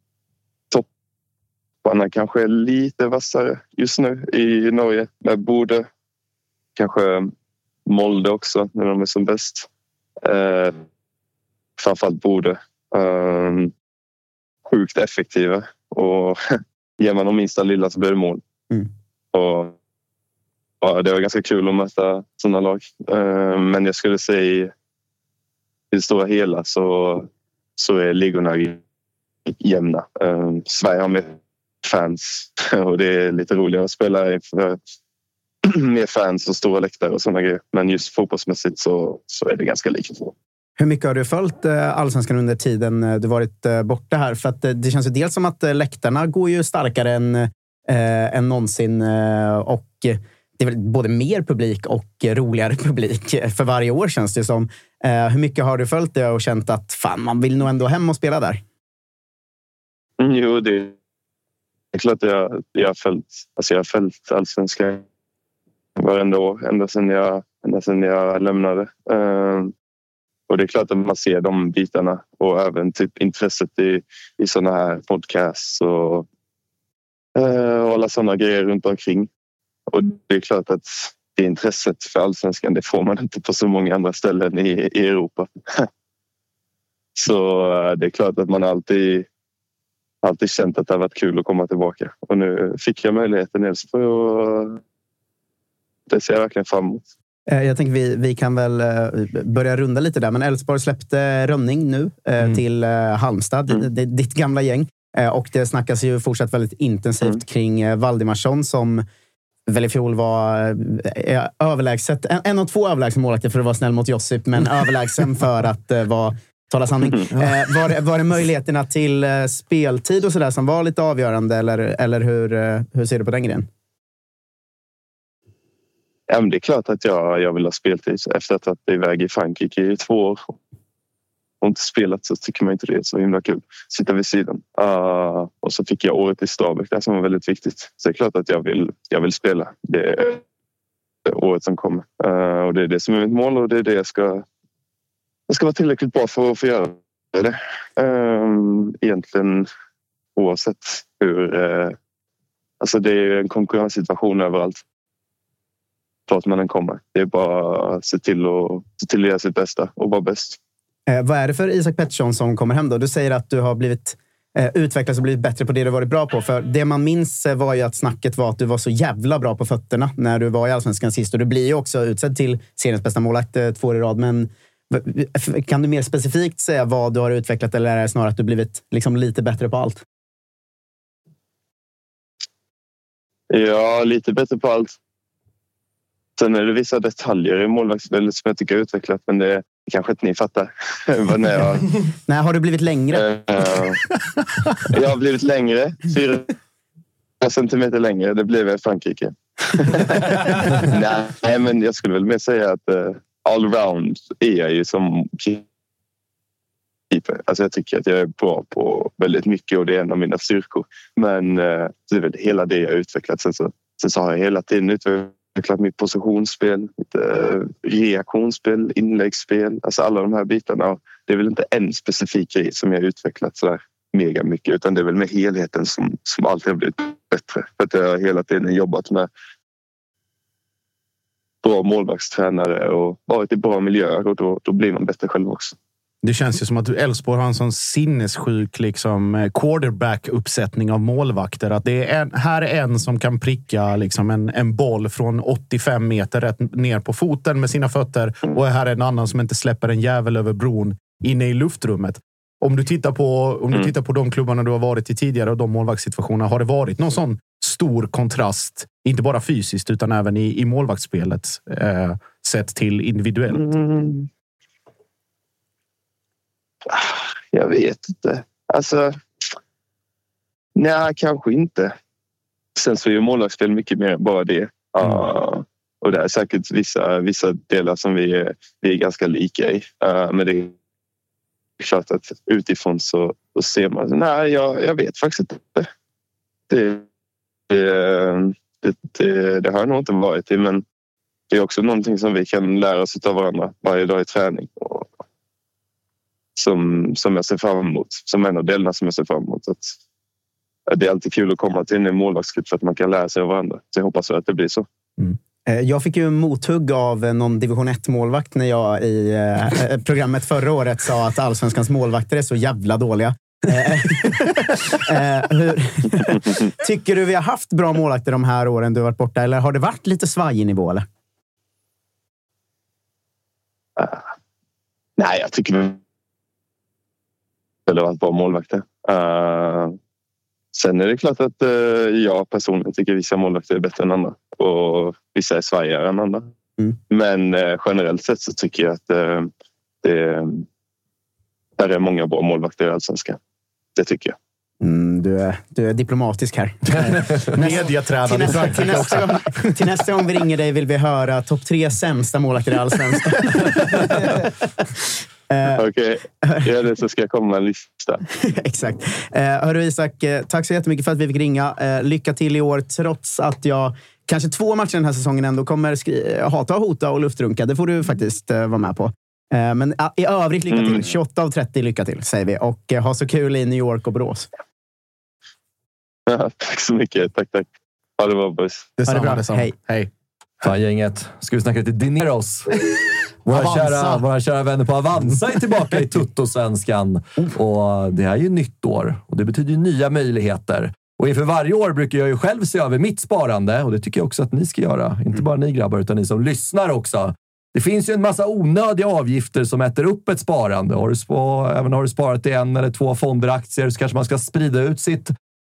topparna kanske är lite vassare just nu i Norge. Med Bodø. Kanske Molde också när de är som bäst. Eh, framförallt Bodø. Eh, sjukt effektiva. Och ger man de minsta lilla så blir det mål. Mm. Och, och det var ganska kul att möta sådana lag. Eh, men jag skulle säga i det stora hela så, så är ligorna jämna. Eh, Sverige har mer fans och det är lite roligare att spela inför mer fans och stora läktare och sådana grejer. Men just fotbollsmässigt så, så är det ganska likt. Hur mycket har du följt Allsvenskan under tiden du varit borta här? För att det känns ju dels som att läktarna går ju starkare än, äh, än någonsin och det är väl både mer publik och roligare publik för varje år känns det som. Äh, hur mycket har du följt det och känt att fan, man vill nog ändå hem och spela där? Mm, jo, det är klart att jag, jag har följt, alltså jag har följt Allsvenskan varenda år, ända sedan jag, ända sedan jag lämnade. Uh, och det är klart att man ser de bitarna och även typ intresset i, i såna här podcasts och, uh, och alla såna grejer runt omkring. Och det är klart att det intresset för Allsvenskan, det får man inte på så många andra ställen i, i Europa. Så uh, det är klart att man alltid alltid känt att det har varit kul att komma tillbaka. Och nu fick jag möjligheten i Elfsborg och det ser jag verkligen fram emot. Jag tänker vi, vi kan väl börja runda lite där. Men Elfsborg släppte Rönning nu mm. till Halmstad, mm. ditt gamla gäng. Och det snackas ju fortsatt väldigt intensivt mm. kring Valdimarsson som väl i fjol var eh, överlägset. En, en av två överlägsen målvakter för att vara snäll mot Josip, men överlägsen för att eh, vara, tala sanning. Eh, var, det, var det möjligheterna till eh, speltid och sådär som var lite avgörande, eller, eller hur, eh, hur ser du på den grejen? Ja, men det är klart att jag, jag vill ha speltid. Efter att ha varit iväg i Frankrike i två år och inte spelat, så tycker man inte det är så himla kul. Sitta vid sidan. Uh, och så fick jag året i Stabæk där som var väldigt viktigt. Så det är klart att jag vill, jag vill spela det, det året som kommer. Uh, och det är det som är mitt mål, och det är det jag ska, jag ska vara tillräckligt bra för att få göra det. Uh, egentligen oavsett hur... Uh, alltså det är en konkurrenssituation överallt. Vart man än kommer. Det är bara att se till och se till att göra sitt bästa och vara bäst. Eh, vad är det för Isak Pettersson som kommer hem då? Du säger att du har blivit eh, utvecklats och blivit bättre på det du varit bra på. För det man minns eh, var ju att snacket var att du var så jävla bra på fötterna när du var i Allsvenskan sist. Och du blir ju också utsedd till seriens bästa målvakt eh, två år i rad. Men v- kan du mer specifikt säga vad du har utvecklat, eller är det snarare att du blivit liksom lite bättre på allt? Ja, lite bättre på allt. Sen är det vissa detaljer i målvaktsspelet som jag tycker har utvecklat, men det kanske inte ni fattar. när jag... Nej, har du blivit längre? jag har blivit längre. Fyra centimeter längre. Det blev jag i Frankrike. Nej, men jag skulle väl mer säga att uh, allround är jag ju som keeper. Alltså jag tycker att jag är bra på väldigt mycket, och det är en av mina styrkor. Men uh, det är väl hela det jag har utvecklat. Sen så, sen så har jag hela tiden utvecklat utvecklat mitt positionsspel, mitt äh, reaktionsspel, inläggsspel, alltså alla de här bitarna. Det är väl inte en specifik grej som jag har utvecklat så där mega mycket, utan det är väl med helheten som, som alltid har blivit bättre. För att jag har hela tiden jobbat med bra målvaktstränare och varit i bra miljöer, och då, då blir man bättre själv också. Det känns ju som att du Elfsborg har en sån sinnessjuk liksom, quarterback-uppsättning av målvakter. Att det är en, här är en som kan pricka liksom, en, en boll från åttiofem meter rätt ner på foten med sina fötter. Och här är en annan som inte släpper en jävel över bron inne i luftrummet. Om du tittar på, om du tittar på de klubbarna du har varit i tidigare och de målvaktssituationerna, har det varit någon sån stor kontrast, inte bara fysiskt utan även i, i målvaktsspelet eh, sett till individuellt? Mm. Jag vet inte. Alltså, nej, kanske inte. Sen så är ju målvaktsspel mycket mer än bara det. Mm. Uh, och det är säkert vissa, vissa delar som vi är, vi är ganska lika i. Uh, men det är klart att utifrån så, så ser man, nej, jag, jag vet faktiskt inte. Det, det, det, det, det har jag nog inte varit i, men det är också någonting som vi kan lära oss av varandra varje dag i träning. Och Som, som jag ser fram emot. Som en av delarna som jag ser fram emot. Att, att det är alltid kul att komma till en målvaktsgrupp för att man kan lära sig av varandra. Så jag hoppas att det blir så. Mm. Jag fick ju mothugg av någon division ett-målvakt när jag i eh, programmet förra året sa att allsvenskans målvakter är så jävla dåliga. eh, hur, tycker du vi har haft bra målvakter de här åren du har varit borta? Eller har det varit lite svajig nivå? Eller? Uh, nej, jag tycker vi eller varit bra målvakter. Uh, sen är det klart att uh, jag personligen tycker vissa målvakter är bättre än andra. Och vissa är svajigare än andra. Mm. Men uh, generellt sett så tycker jag att uh, det där är många bra målvakter i Allsvenskan. Det tycker jag. Mm, du, är, du är diplomatisk här. Mediatränare till, nästa, till, nästa gång, till nästa gång vi ringer dig vill vi höra topp tre sämsta målvakter i Allsvenskan. Okej, okay. Ja, det så ska jag komma en lista. Exakt. Uh, hörru Isak, tack så jättemycket för att vi fick ringa. Uh, lycka till i år, trots att jag kanske två matcher den här säsongen ändå kommer skri- hata och hota och luftrunka. Det får du faktiskt uh, vara med på. Uh, men uh, i övrigt lycka till. Mm. tjugoåtta av trettio lycka till, säger vi. Och uh, ha så kul i New York och Borås. Ja, tack så mycket. Tack, tack. Ha det bra, boys. Ha det bra. Hej. Hej. Fan, gänget. Ska vi snacka lite Dineros? Våra kära, våra kära vänner på Avanza är tillbaka i Tuttosvenskan. Och det är ju nytt år. Och det betyder ju nya möjligheter. Och inför varje år brukar jag ju själv se över mitt sparande. Och det tycker jag också att ni ska göra. Inte bara ni grabbar, utan ni som lyssnar också. Det finns ju en massa onödiga avgifter som äter upp ett sparande. Har du spa, även har du sparat i en eller två fonder aktier så kanske man ska sprida ut sitt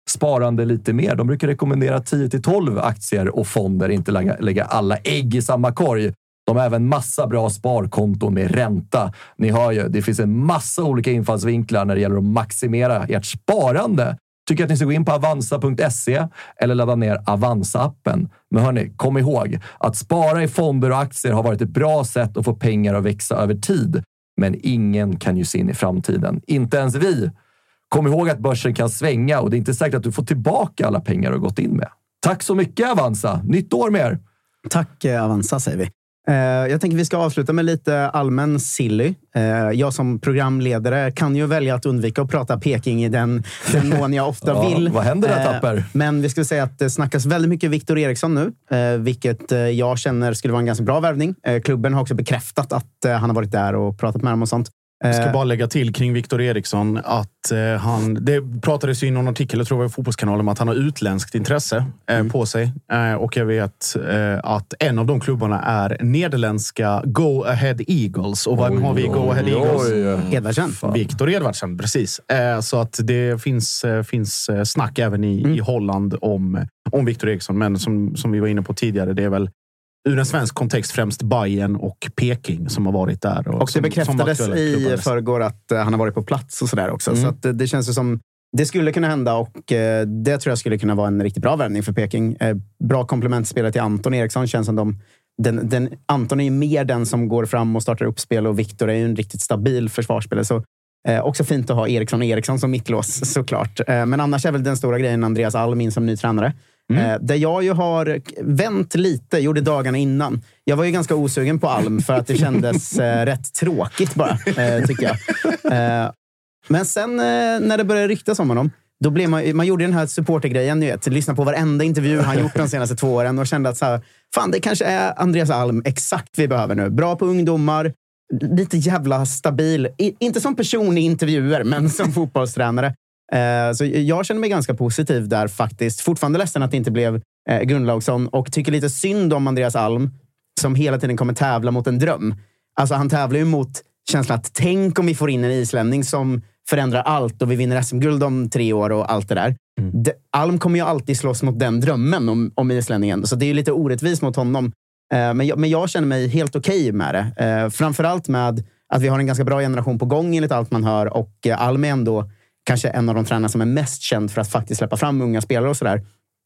sparande lite mer. De brukar rekommendera tio till tolv aktier och fonder, inte lägga, lägga alla ägg i samma korg. De har även massa bra sparkonton med ränta. Ni hör ju, det finns en massa olika infallsvinklar när det gäller att maximera ert sparande. Tycker att ni ska gå in på avanza punkt se eller ladda ner Avanza-appen. Men hörni, kom ihåg att spara i fonder och aktier har varit ett bra sätt att få pengar att växa över tid. Men ingen kan ju se in i framtiden. Inte ens vi. Kom ihåg att börsen kan svänga och det är inte säkert att du får tillbaka alla pengar du har gått in med. Tack så mycket Avanza. Nytt år med er. Tack Avanza säger vi. Jag tänker vi ska avsluta med lite allmän silly. Jag som programledare kan ju välja att undvika att prata Peking i den, den mån jag ofta ja, vill. Vad händer där, Tapper? Men vi skulle säga att det snackas väldigt mycket Victor Eriksson nu. Vilket jag känner skulle vara en ganska bra värvning. Klubben har också bekräftat att han har varit där och pratat med dem och sånt. Jag ska bara lägga till kring Victor Eriksson att eh, han, det pratades ju i någon artikel, jag tror det var i Fotbollskanalen, om att han har utländskt intresse eh, mm. på sig. Eh, och jag vet eh, att en av de klubbarna är nederländska Go Ahead Eagles. Och vad har vi i Go Ahead Eagles? Edvardsen. Victor Edvardsen, precis. Eh, så att det finns, eh, finns snack även i, mm. i Holland om, om Victor Eriksson. Men som, som vi var inne på tidigare, det är väl ur en svensk kontext främst Bayern och Peking som har varit där. Och, och det som, bekräftades som i förrgår att uh, han har varit på plats och sådär också. Mm. Så att, uh, det känns ju som det skulle kunna hända och uh, det tror jag skulle kunna vara en riktigt bra värvning för Peking. Uh, bra komplementspelare till Anton Eriksson. Känns som de, den, den, Anton är ju mer den som går fram och startar upp spel och Victor är ju en riktigt stabil försvarsspelare. Så uh, också fint att ha Eriksson och Eriksson som mittlås såklart. Uh, men annars är väl den stora grejen Andreas Alm in som ny tränare. Mm. Eh, där jag ju har vänt lite, gjorde dagarna innan. Jag var ju ganska osugen på Alm för att det kändes eh, rätt tråkigt bara, eh, tycker jag. Eh, men sen eh, när det började ryktas om honom, då blev man, man gjorde den här supportergrejen, ni vet, lyssna på varenda intervju han gjort de senaste två åren och kände att så här, fan det kanske är Andreas Alm exakt vi behöver nu. Bra på ungdomar, lite jävla stabil, I, inte som person i intervjuer men som fotbollstränare. Uh, så jag känner mig ganska positiv där faktiskt. Fortfarande ledsen att det inte blev uh, Gunnlaugsson och tycker lite synd om Andreas Alm som hela tiden kommer tävla mot en dröm. Alltså han tävlar ju mot känslan att tänk om vi får in en islänning som förändrar allt och vi vinner S M-guld om tre år och allt det där. Mm. De, Alm kommer ju alltid slåss mot den drömmen om, om islänningen. Så det är ju lite orättvist mot honom. Uh, men, jag, men jag känner mig helt okej okay med det. Uh, framförallt med att vi har en ganska bra generation på gång enligt allt man hör och uh, Alm är ändå kanske en av de tränare som är mest känd för att faktiskt släppa fram unga spelare och sådär.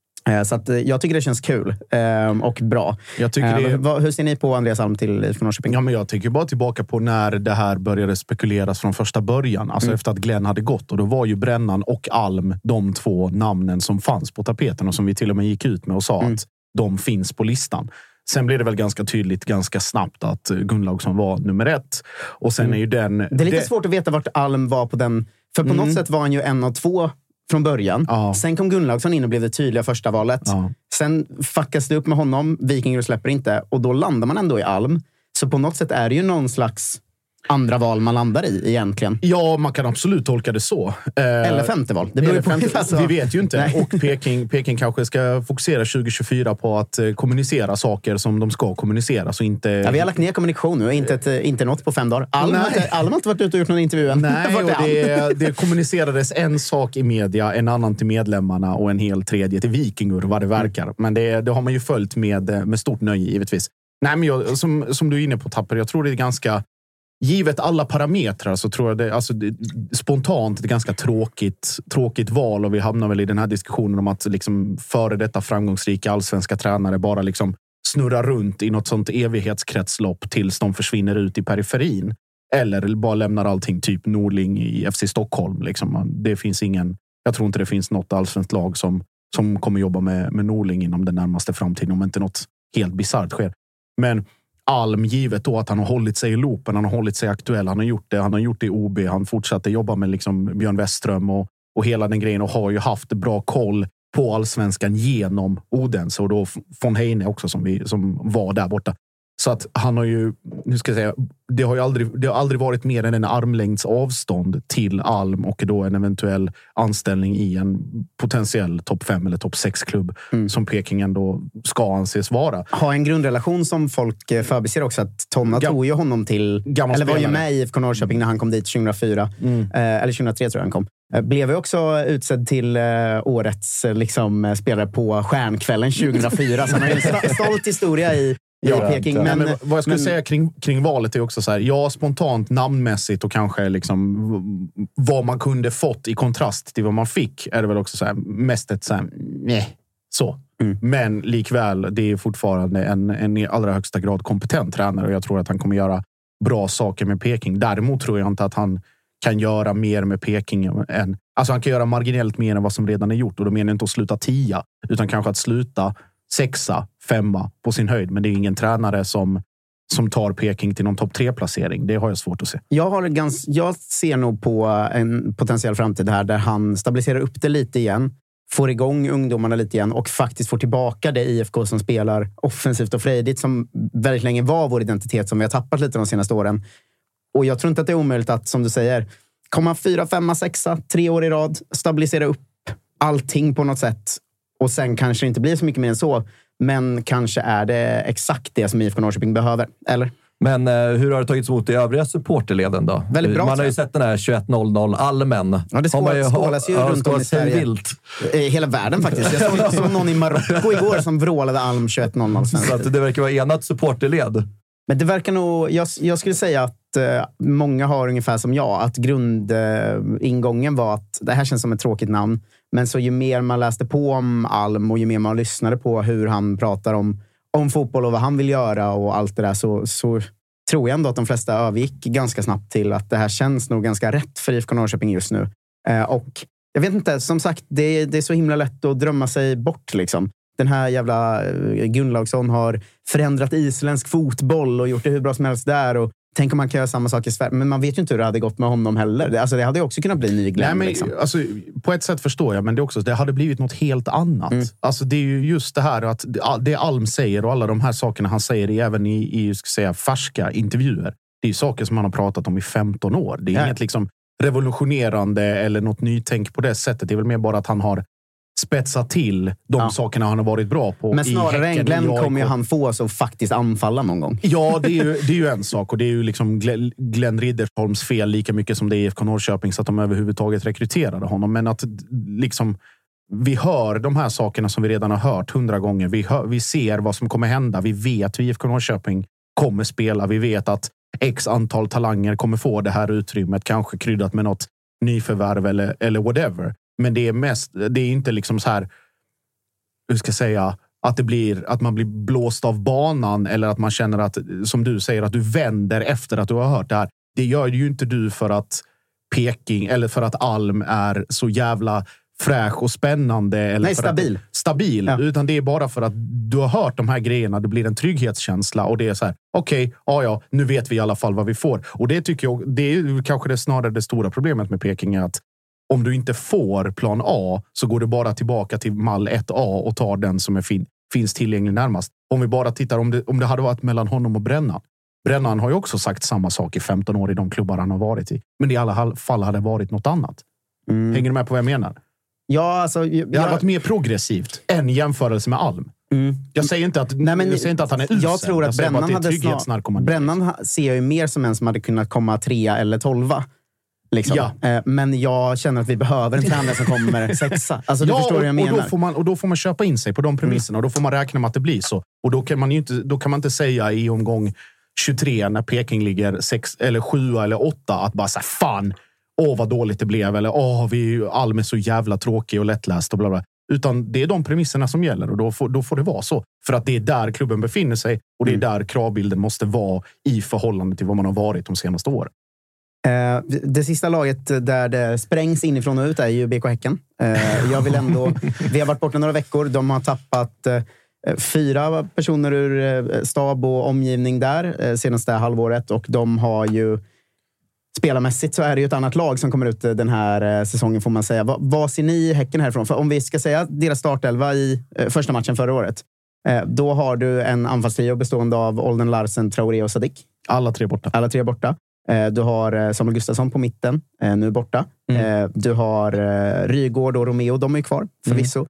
Så att jag tycker det känns kul och bra. Jag tycker det... Hur ser ni på Andreas Alm till I F K Norrköping? Ja, men jag tycker bara tillbaka på när det här började spekuleras från första början. Alltså mm. efter att Glenn hade gått. Och då var ju Brännan och Alm de två namnen som fanns på tapeten och som vi till och med gick ut med och sa mm. att de finns på listan. Sen blev det väl ganska tydligt, ganska snabbt att Gunnlaugsson var nummer ett. Och sen mm. är ju den... Det är lite det... svårt att veta vart Alm var på den... För på mm. något sätt var han ju en av två från början. Ja. Sen kom Gunnlaugsson in och blev det tydliga första valet. Ja. Sen fuckas det upp med honom. Vikingar släpper inte. Och då landar man ändå i Alm. Så på något sätt är det ju någon slags andra val man landar i egentligen. Ja, man kan absolut tolka det så. Eller femte val. Det beror på femte, alltså. Vi vet ju inte. Nej. Och Peking, Peking kanske ska fokusera tjugo tjugofyra på att kommunicera saker som de ska kommunicera. Så inte... Ja, vi har lagt ner kommunikation nu. Inte, ett, inte något på fem dagar. Alm har inte varit ute och gjort någon intervju än. Nej, och det, det kommunicerades en sak i media, en annan till medlemmarna och en hel tredje till Vikingur, vad det verkar. Men det, det har man ju följt med, med stort nöje, givetvis. Nej, men jag, som, som du är inne på, Tapper, jag tror det är ganska... Givet alla parametrar så tror jag det, alltså, det spontant ett ganska tråkigt, tråkigt val och vi hamnar väl i den här diskussionen om att liksom, före detta framgångsrika allsvenska tränare bara liksom snurrar runt i något sånt evighetskretslopp tills de försvinner ut i periferin. Eller bara lämnar allting typ Norling i F C Stockholm. Liksom. Det finns ingen, jag tror inte det finns något allsvenskt lag som, som kommer jobba med, med Norling inom den närmaste framtiden om inte något helt bizarrt sker. Men Alm, givet då att han har hållit sig i loopen, han har hållit sig aktuell, han har gjort det, han har gjort det i O B, han fortsatte jobba med liksom Björn Westström och, och hela den grejen och har ju haft bra koll på allsvenskan genom Odense och då von Heine också som, vi, som var där borta. Så att han har ju, nu ska jag säga, det har ju aldrig, det har aldrig varit mer än en armlängds avstånd till Alm och då en eventuell anställning i en potentiell topp fem eller topp sex klubb mm. som Peking ändå ska anses vara. Ha en grundrelation som folk förbiser också, att Tonna Gam- tog ju honom till, eller var ju med i I F K Norrköping när han kom dit tjugohundrafyra, mm. eh, eller tjugohundratre tror jag han kom. Blev ju också utsedd till årets liksom, spelare på Stjärnkvällen tjugohundrafyra. Så han har ju en stolt historia i, i ja, Peking. Men, men vad jag skulle men, säga kring, kring valet är också så här, ja, spontant namnmässigt och kanske liksom vad man kunde fått i kontrast till vad man fick är det väl också så här, mest ett så här, nej, så. Mm. Men likväl, det är fortfarande en, en i allra högsta grad kompetent tränare och jag tror att han kommer göra bra saker med Peking. Däremot tror jag inte att han kan göra mer med Peking än... Alltså han kan göra marginellt mer än vad som redan är gjort. Och då menar jag inte att sluta tia, utan kanske att sluta sexa, femma på sin höjd. Men det är ingen tränare som, som tar Peking till någon topp tre-placering. Det har jag svårt att se. Jag, har gans, jag ser nog på en potentiell framtid här där han stabiliserar upp det lite igen. Får igång ungdomarna lite igen och faktiskt får tillbaka det I F K som spelar offensivt och frejdigt som väldigt länge var vår identitet som vi har tappat lite de senaste åren. Och jag tror inte att det är omöjligt att, som du säger, komma fyra, femma, sexa, tre år i rad, stabilisera upp allting på något sätt. Och sen kanske det inte blir så mycket mer än så. Men kanske är det exakt det som I F K Norrköping behöver, eller? Men eh, hur har det tagits emot i övriga supporterleden då? Väldigt bra. Man har ju sett den här tjugoett noll noll Almen. Ja, det skål, ju, skålas ju ja, runt om i Sverige. Vilt. Hela världen faktiskt. Jag såg, såg någon i Marocko igår som vrålade Alm tjugoett noll noll. Så att det verkar vara enat supporterled. Men det verkar nog... Jag, jag skulle säga att eh, många har ungefär som jag. Att grundingången eh, var att det här känns som ett tråkigt namn. Men så ju mer man läste på om Alm och ju mer man lyssnade på hur han pratar om, om fotboll och vad han vill göra och allt det där så... så tror jag ändå att de flesta övergick ganska snabbt till att det här känns nog ganska rätt för I F K Norrköping just nu. Eh, och jag vet inte, som sagt, det, det är så himla lätt att drömma sig bort liksom. Den här jävla uh, Gunnlaugsson har förändrat isländsk fotboll och gjort det hur bra som helst där. Och tänk om man kan göra samma sak i Sverige. Men man vet ju inte hur det hade gått med honom heller. Det, alltså, det hade ju också kunnat bli ny Glenn. Nej, men, liksom. alltså, på ett sätt förstår jag, men det, också, det hade blivit något helt annat. Mm. Alltså, det är ju just det här att det Alm säger och alla de här sakerna han säger är även i, i ska säga, färska intervjuer. Det är ju saker som han har pratat om i femton år. Det är ja. inget liksom revolutionerande eller något nytänk på det sättet. Det är väl mer bara att han har spetsat till de ja. sakerna han har varit bra på. Men snarare än Glenn kommer ju han få oss att faktiskt anfalla någon gång. Ja, det är ju, det är ju en sak. Och det är ju liksom Glenn Riddersholms fel lika mycket som det är I F K Norrköping så att de överhuvudtaget rekryterade honom. Men att liksom vi hör de här sakerna som vi redan har hört hundra gånger. Vi, hör, vi ser vad som kommer hända. Vi vet hur I F K Norrköping kommer spela. Vi vet att x antal talanger kommer få det här utrymmet. Kanske kryddat med något nyförvärv eller, eller whatever. Men det är mest, det är inte liksom så här, hur ska jag säga, att det blir, att man blir blåst av banan eller att man känner att, som du säger, att du vänder efter att du har hört det här. Det gör ju inte du för att Peking eller för att Alm är så jävla fräsch och spännande. Eller Nej, för stabil. Att, stabil, ja. Utan det är bara för att du har hört de här grejerna. Det blir en trygghetskänsla och det är så här, okej, okay, ja ja, nu vet vi i alla fall vad vi får. Och det tycker jag, det är kanske det snarare det stora problemet med Peking är att om du inte får plan A så går du bara tillbaka till mall ett A och tar den som är fin, finns tillgänglig närmast. Om vi bara tittar om det, om det hade varit mellan honom och Brännan. Brännan har ju också sagt samma sak i femton år i de klubbar han har varit i. Men det i alla fall hade varit något annat. Mm. Hänger du med på vad jag menar? Ja, alltså... Jag, det hade varit mer progressivt än jämförelse med Alm. Mm. Jag säger inte att, Nej, men, jag säger inte att han är usel. Jag tror att jag Brännan hade snar, Brännan ser jag ju mer som en som hade kunnat komma trea eller tolva. Liksom. Ja. Men jag känner att vi behöver en tränare som kommer sexa. Alltså, du ja, förstår och, vad jag menar. Och då, får man, och då får man köpa in sig på de premisserna. Mm. Och då får man räkna med att det blir så. Och då kan man ju inte, då kan man inte säga i omgång tjugotre när Peking ligger sex, eller sju eller åtta att bara säga fan, åh vad dåligt det blev. Eller åh, vi är Alm är så jävla tråkig och lättläst och bla bla. Utan det är de premisserna som gäller. Och då får, då får det vara så. För att det är där klubben befinner sig. Och det är där kravbilden måste vara i förhållande till vad man har varit de senaste åren. Det sista laget där det sprängs inifrån och ut är ju B K Häcken. Jag vill ändå... Vi har varit borta några veckor. De har tappat fyra personer ur stab och omgivning där senaste halvåret. Och de har ju... Spelarmässigt så är det ju ett annat lag som kommer ut den här säsongen får man säga. Vad, vad ser ni i Häcken härifrån? För om vi ska säga deras startelva i första matchen förra året. Då har du en anfallstrio bestående av Olden Larsen, Traoré och Sadik. Alla tre borta. Alla tre borta. Du har Samuel Gustafsson på mitten, nu borta. Mm. Du har Rygård och Romeo, de är ju kvar förvisso.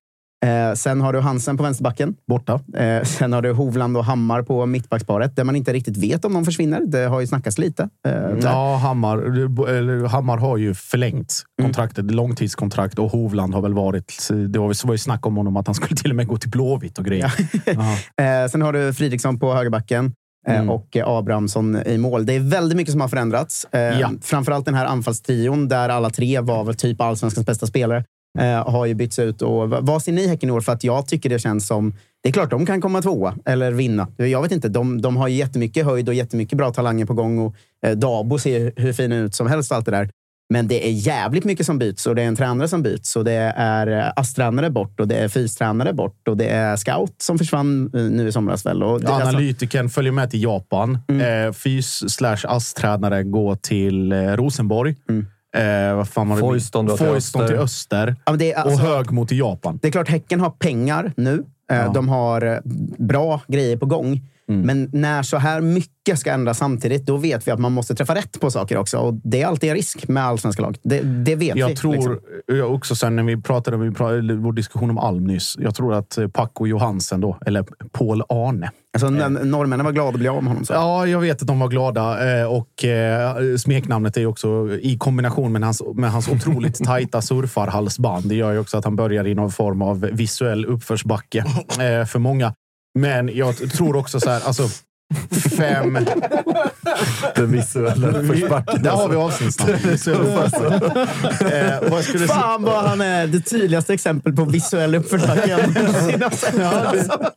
Eh, sen har du Hansen på vänsterbacken. Borta. Eh, sen har du Hovland och Hammar på mittbacksparet. Där man inte riktigt vet om de försvinner. Det har ju snackats lite. Eh, ja, Hammar, eller, Hammar har ju förlängt kontraktet. Mm. Långtidskontrakt. Och Hovland har väl varit... Det var, var ju snack om honom att han skulle till och med gå till Blåvitt och grejer. Ja. eh, sen har du Fridriksson på högerbacken. Mm. Och Abrahamsson i mål. Det är väldigt mycket som har förändrats. Eh, ja. Framförallt den här anfallstrion där alla tre var väl typ allsvenskans bästa spelare. Eh, har ju bytts ut. Och vad ser ni Häcken i år? För att jag tycker det känns som... Det är klart, de kan komma tvåa eller vinna. Jag vet inte. De, de har ju jättemycket höjd och jättemycket bra talanger på gång. Och eh, Dabo ser hur fin ut som helst, allt det där. Men det är jävligt mycket som byts. Och det är en tränare som byts. Och det är ASS-tränare bort. Och det är fystränare bort. Och det är scout som försvann nu i somras väl. Och det, ja, analytiken alltså... följer med till Japan. Mm. Eh, fys slash ASS-tränare går till eh, Rosenborg. Mm. Eh, vad fan var det? Foyston till Foyston till öster. Ja, det är alltså, och Högmo till Japan. Det är klart, Häcken har pengar nu. Eh, ja. De har bra grejer på gång. Mm. Men när så här mycket ska ändras samtidigt, då vet vi att man måste träffa rätt på saker också. Och det är alltid en risk med allsvenska lag. Det, det vet jag vi. Tror, liksom. Jag också sen när vi pratade om vi pratade, vår diskussion om Alm nyss. Jag tror att Paco Johansen då, eller Paul Arne. Alltså eh. norrmännen var glada att bli av med honom. Så. Ja, jag vet att de var glada. Eh, och eh, smeknamnet är ju också i kombination med hans, med hans otroligt tajta surfarhalsband. Det gör ju också att han börjar i någon form av visuell uppförsbacke eh, för många. Men jag tror också så här, alltså fem... Den visuella uppförsbacken. Där har vi avsnittsnamn. eh, vad skulle Fan vad han är det tydligaste exempel på visuell uppförsbacke. Ja,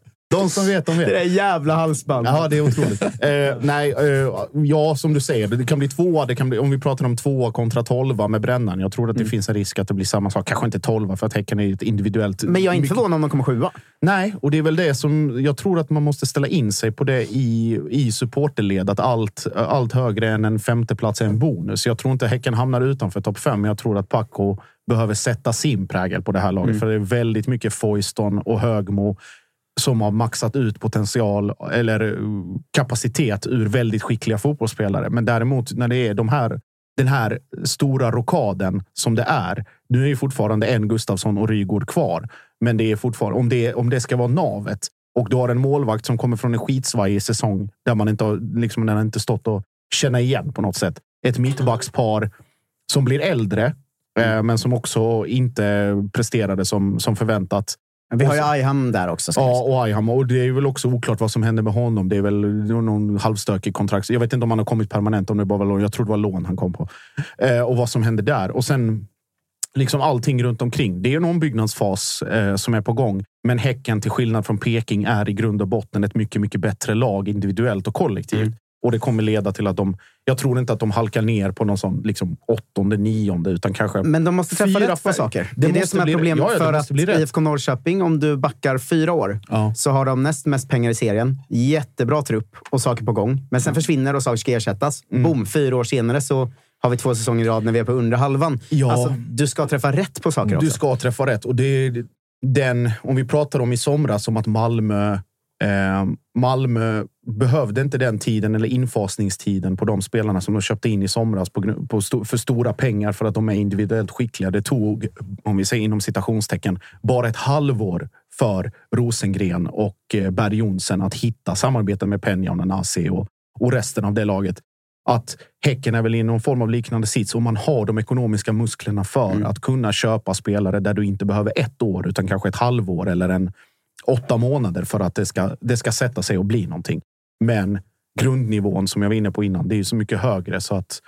de som vet, de vet. Det är jävla halsband. Ja, det är otroligt. Eh, nej, eh, ja, som du säger, det kan bli tvåa. Det kan bli, om vi pratar om tvåa kontra tolva med Brännan. Jag tror att det mm. finns en risk att det blir samma sak. Kanske inte tolva, för att Häcken är ett individuellt... Men jag är inte mycket... förvånad om de kommer sjua. Nej, och det är väl det som... Jag tror att man måste ställa in sig på det i, i supporterled. Att allt, allt högre än en femte plats är en bonus. Jag tror inte Häcken hamnar utanför topp fem. Men jag tror att Paco behöver sätta sin prägel på det här laget. Mm. För det är väldigt mycket Foyston och Högmo som har maxat ut potential eller kapacitet ur väldigt skickliga fotbollsspelare. Men däremot när det är de här, den här stora rokaden som det är. Nu är ju fortfarande en Gustafsson och Rygård kvar. Men det är fortfarande, om det, om det ska vara navet och du har en målvakt som kommer från en skitsvajig säsong där man inte har, liksom, den har inte stått och känna igen på något sätt. Ett mittbackspar som blir äldre eh, men som också inte presterade som, som förväntat. Vi har ju Ajham där också. Ja, och Ajham. Och det är väl också oklart vad som händer med honom. Det är väl någon halvstökig kontrakt. Jag vet inte om han har kommit permanent. Om det bara var lån. Jag tror det var lån han kom på. Eh, och vad som händer där. Och sen liksom allting runt omkring. Det är en ombyggnadsfas eh, som är på gång. Men Häcken, till skillnad från Peking, är i grund och botten ett mycket, mycket bättre lag individuellt och kollektivt. Mm. Och det kommer leda till att de... Jag tror inte att de halkar ner på någon sån liksom åttonde, nionde, utan kanske... Men de måste träffa rätt på saker. Det är det, det som är problemet. Ja, ja, för att I F K Norrköping, om du backar fyra år, ja. så har de näst mest pengar i serien. Jättebra trupp och saker på gång. Men sen mm. försvinner och saker ska ersättas. Mm. Boom, fyra år senare så har vi två säsonger i rad när vi är på under halvan. Ja. Alltså, du ska träffa rätt på saker också. Du ska träffa rätt. Och det är den, om vi pratar om i somras, om att Malmö... Eh, Malmö behövde inte den tiden eller infasningstiden på de spelarna som de köpte in i somras på, på sto, för stora pengar för att de är individuellt skickliga. Det tog, om vi säger inom citationstecken, bara ett halvår för Rosengren och eh, Berg Jonsen att hitta samarbeten med Peña och Nanasi och, och resten av det laget. Att Häcken är väl i någon form av liknande sits och man har de ekonomiska musklerna för mm. att kunna köpa spelare där du inte behöver ett år utan kanske ett halvår eller en åtta månader för att det ska, det ska sätta sig och bli någonting. Men grundnivån som jag var inne på innan, det är ju så mycket högre så att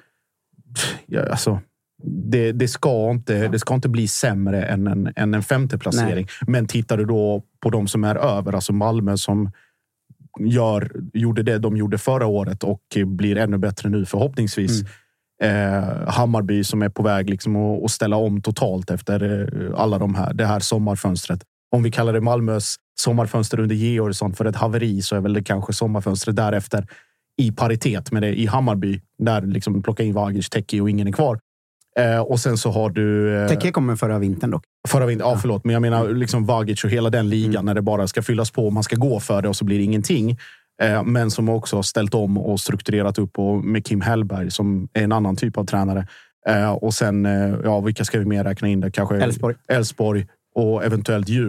ja, alltså, det, det, ska inte, det ska inte bli sämre än en, än en femte placering. Nej. Men tittar du då på de som är över, alltså Malmö som gör, gjorde det de gjorde förra året och blir ännu bättre nu förhoppningsvis. Mm. Eh, Hammarby som är på väg liksom att, att ställa om totalt efter alla de här, det här sommarfönstret. Om vi kallar det Malmös sommarfönster under Georgsson för ett haveri så är väl det kanske sommarfönstret därefter i paritet med det i Hammarby. Där liksom plocka in Vagic, Teki och ingen är kvar. Eh, och sen så har du... Eh, Teki kommer förra vintern dock. Förra vintern, ja förlåt. Men jag menar liksom Vagic och hela den ligan mm. när det bara ska fyllas på och man ska gå för det och så blir det ingenting. Eh, men som också har ställt om och strukturerat upp och med Kim Hellberg som är en annan typ av tränare. Eh, och sen, eh, ja vilka ska vi mer räkna in där? Kanske Elfsborg. Elfsborg. Och eventuellt Djurgården.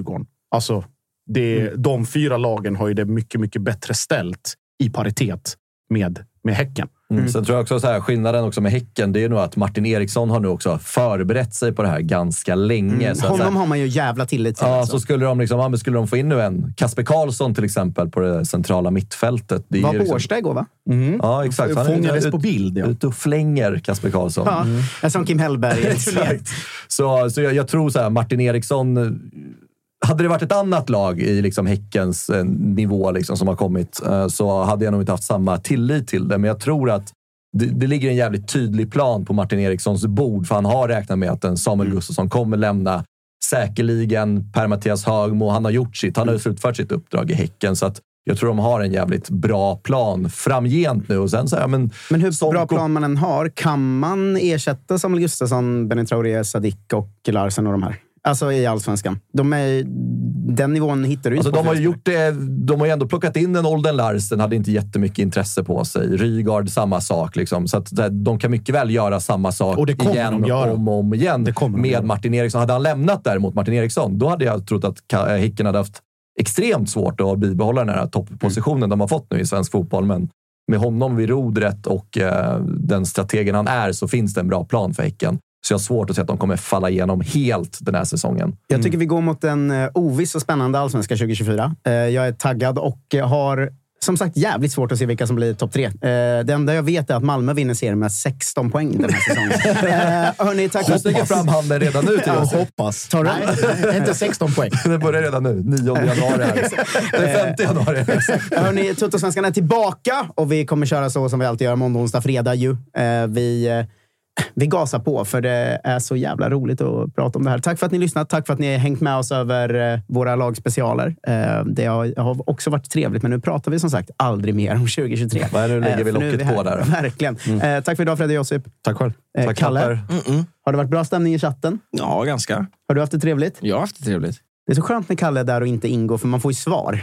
Alltså, det, mm. de fyra lagen har ju det mycket, mycket bättre ställt i paritet med, med Häcken. Mm. Sen tror jag också så här, skillnaden också med Häcken, det är nog att Martin Eriksson har nu också förberett sig på det här ganska länge. Mm. Så Honom att, så här, har man ju jävla tillit till. Ja, alltså. så skulle de, liksom, skulle de få in nu en Kasper Karlsson till exempel på det centrala mittfältet. Det var är på liksom, Årsta igår, va? Mm. Ja, exakt. Han fångades är på bild. Ja. Ute och flänger Kasper Karlsson. Ja, mm. Jag som Kim Hellberg. Exakt. Så, så jag, jag tror så här, Martin Eriksson... Hade det varit ett annat lag i liksom Häckens eh, nivå liksom, som har kommit eh, så hade jag nog inte haft samma tillit till det. Men jag tror att det, det ligger en jävligt tydlig plan på Martin Erikssons bord. För han har räknat med att en Samuel mm. Gustafsson kommer lämna säkerligen Per-Mattias Högmo. Han har gjort sitt. Han har slutfört sitt uppdrag i Häcken. Så att jag tror de har en jävligt bra plan framgent nu. Och sen så här, men, men hur som bra plan man än har, kan man ersätta Samuel Gustafsson, Benny Traoré, Sadik och Larsen och de här? Alltså i Allsvenskan. De är, den nivån hittar du alltså, inte på. De har ju gjort det, de har ju ändå plockat in en Olden Larsen, hade inte jättemycket intresse på sig. Rygaard, samma sak. Liksom. Så att de kan mycket väl göra samma sak och det kommer igen de göra. om och om igen det kommer med de Martin Eriksson. Hade han lämnat däremot Martin Eriksson, då hade jag trott att Häcken hade haft extremt svårt att bibehålla den här topppositionen mm. de har fått nu i svensk fotboll. Men med honom vid rodret och eh, den strategen han är så finns det en bra plan för Häcken. Så jag har svårt att se att de kommer falla igenom helt den här säsongen. Jag tycker vi går mot en uh, oviss och spännande allsvenska tjugo tjugofyra. Uh, jag är taggad och uh, har som sagt jävligt svårt att se vilka som blir topp tre. Uh, det enda jag vet är att Malmö vinner serien med sexton poäng den här säsongen. uh, hörni, tack för att du sticker fram handen redan nu till oss. Jag hoppas. Tar du? Nej, inte sexton poäng. Det börjar redan nu. nionde januari. Här. Det är femte januari. Hörni, Tuttosvenskan är tillbaka och vi kommer köra så som vi alltid gör måndag, onsdag, fredag ju. Uh, vi... Uh, Vi gasar på för det är så jävla roligt att prata om det här. Tack för att ni lyssnat. Tack för att ni har hängt med oss över våra lagspecialer. Det har också varit trevligt, men nu pratar vi som sagt aldrig mer om tjugo tjugotre. Nej, nu lägger vi locket på där. Verkligen. Mm. Tack för idag, Fredrik Josip. Tack själv. Tack, Kalle, Mm-mm. har det varit bra stämning i chatten? Ja, ganska. Har du haft det trevligt? Jag har haft det trevligt. Det är så skönt när Kalle är där och inte ingår, för man får ju svar.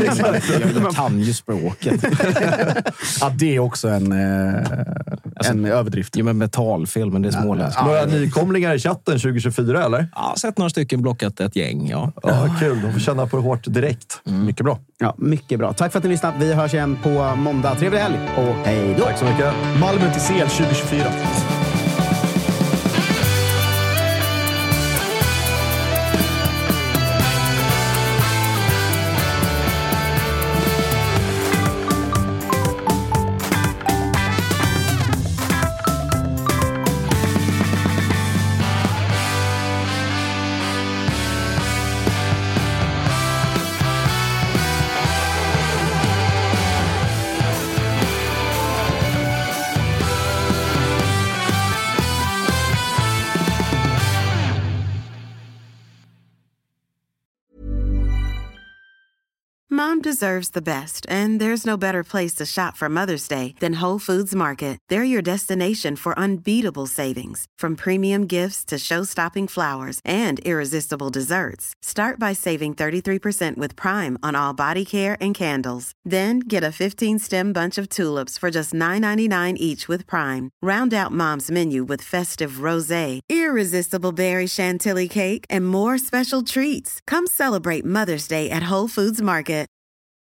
Jag kan ju språket. Ja, det är också en, eh, alltså, en överdrift. Jo, men med talfel, men det är småländsk. Ja, några nykomlingar i chatten tjugo tjugofyra, eller? Ja, sett några stycken, blockat ett gäng, ja. Ja, kul. De får känna på det hårt direkt. Mm. Mycket bra. Ja, mycket bra. Tack för att ni lyssnat. Vi hörs igen på måndag. Trevlig helg och hej då. Tack så mycket. Malmö till C L tjugo tjugofyra. Mom deserves the best, and there's no better place to shop for Mother's Day than Whole Foods Market. They're your destination for unbeatable savings, from premium gifts to show-stopping flowers and irresistible desserts. Start by saving thirty-three percent with Prime on all body care and candles. Then get a fifteen-stem bunch of tulips for just nine ninety-nine each with Prime. Round out Mom's menu with festive rosé, irresistible berry chantilly cake, and more special treats. Come celebrate Mother's Day at Whole Foods Market.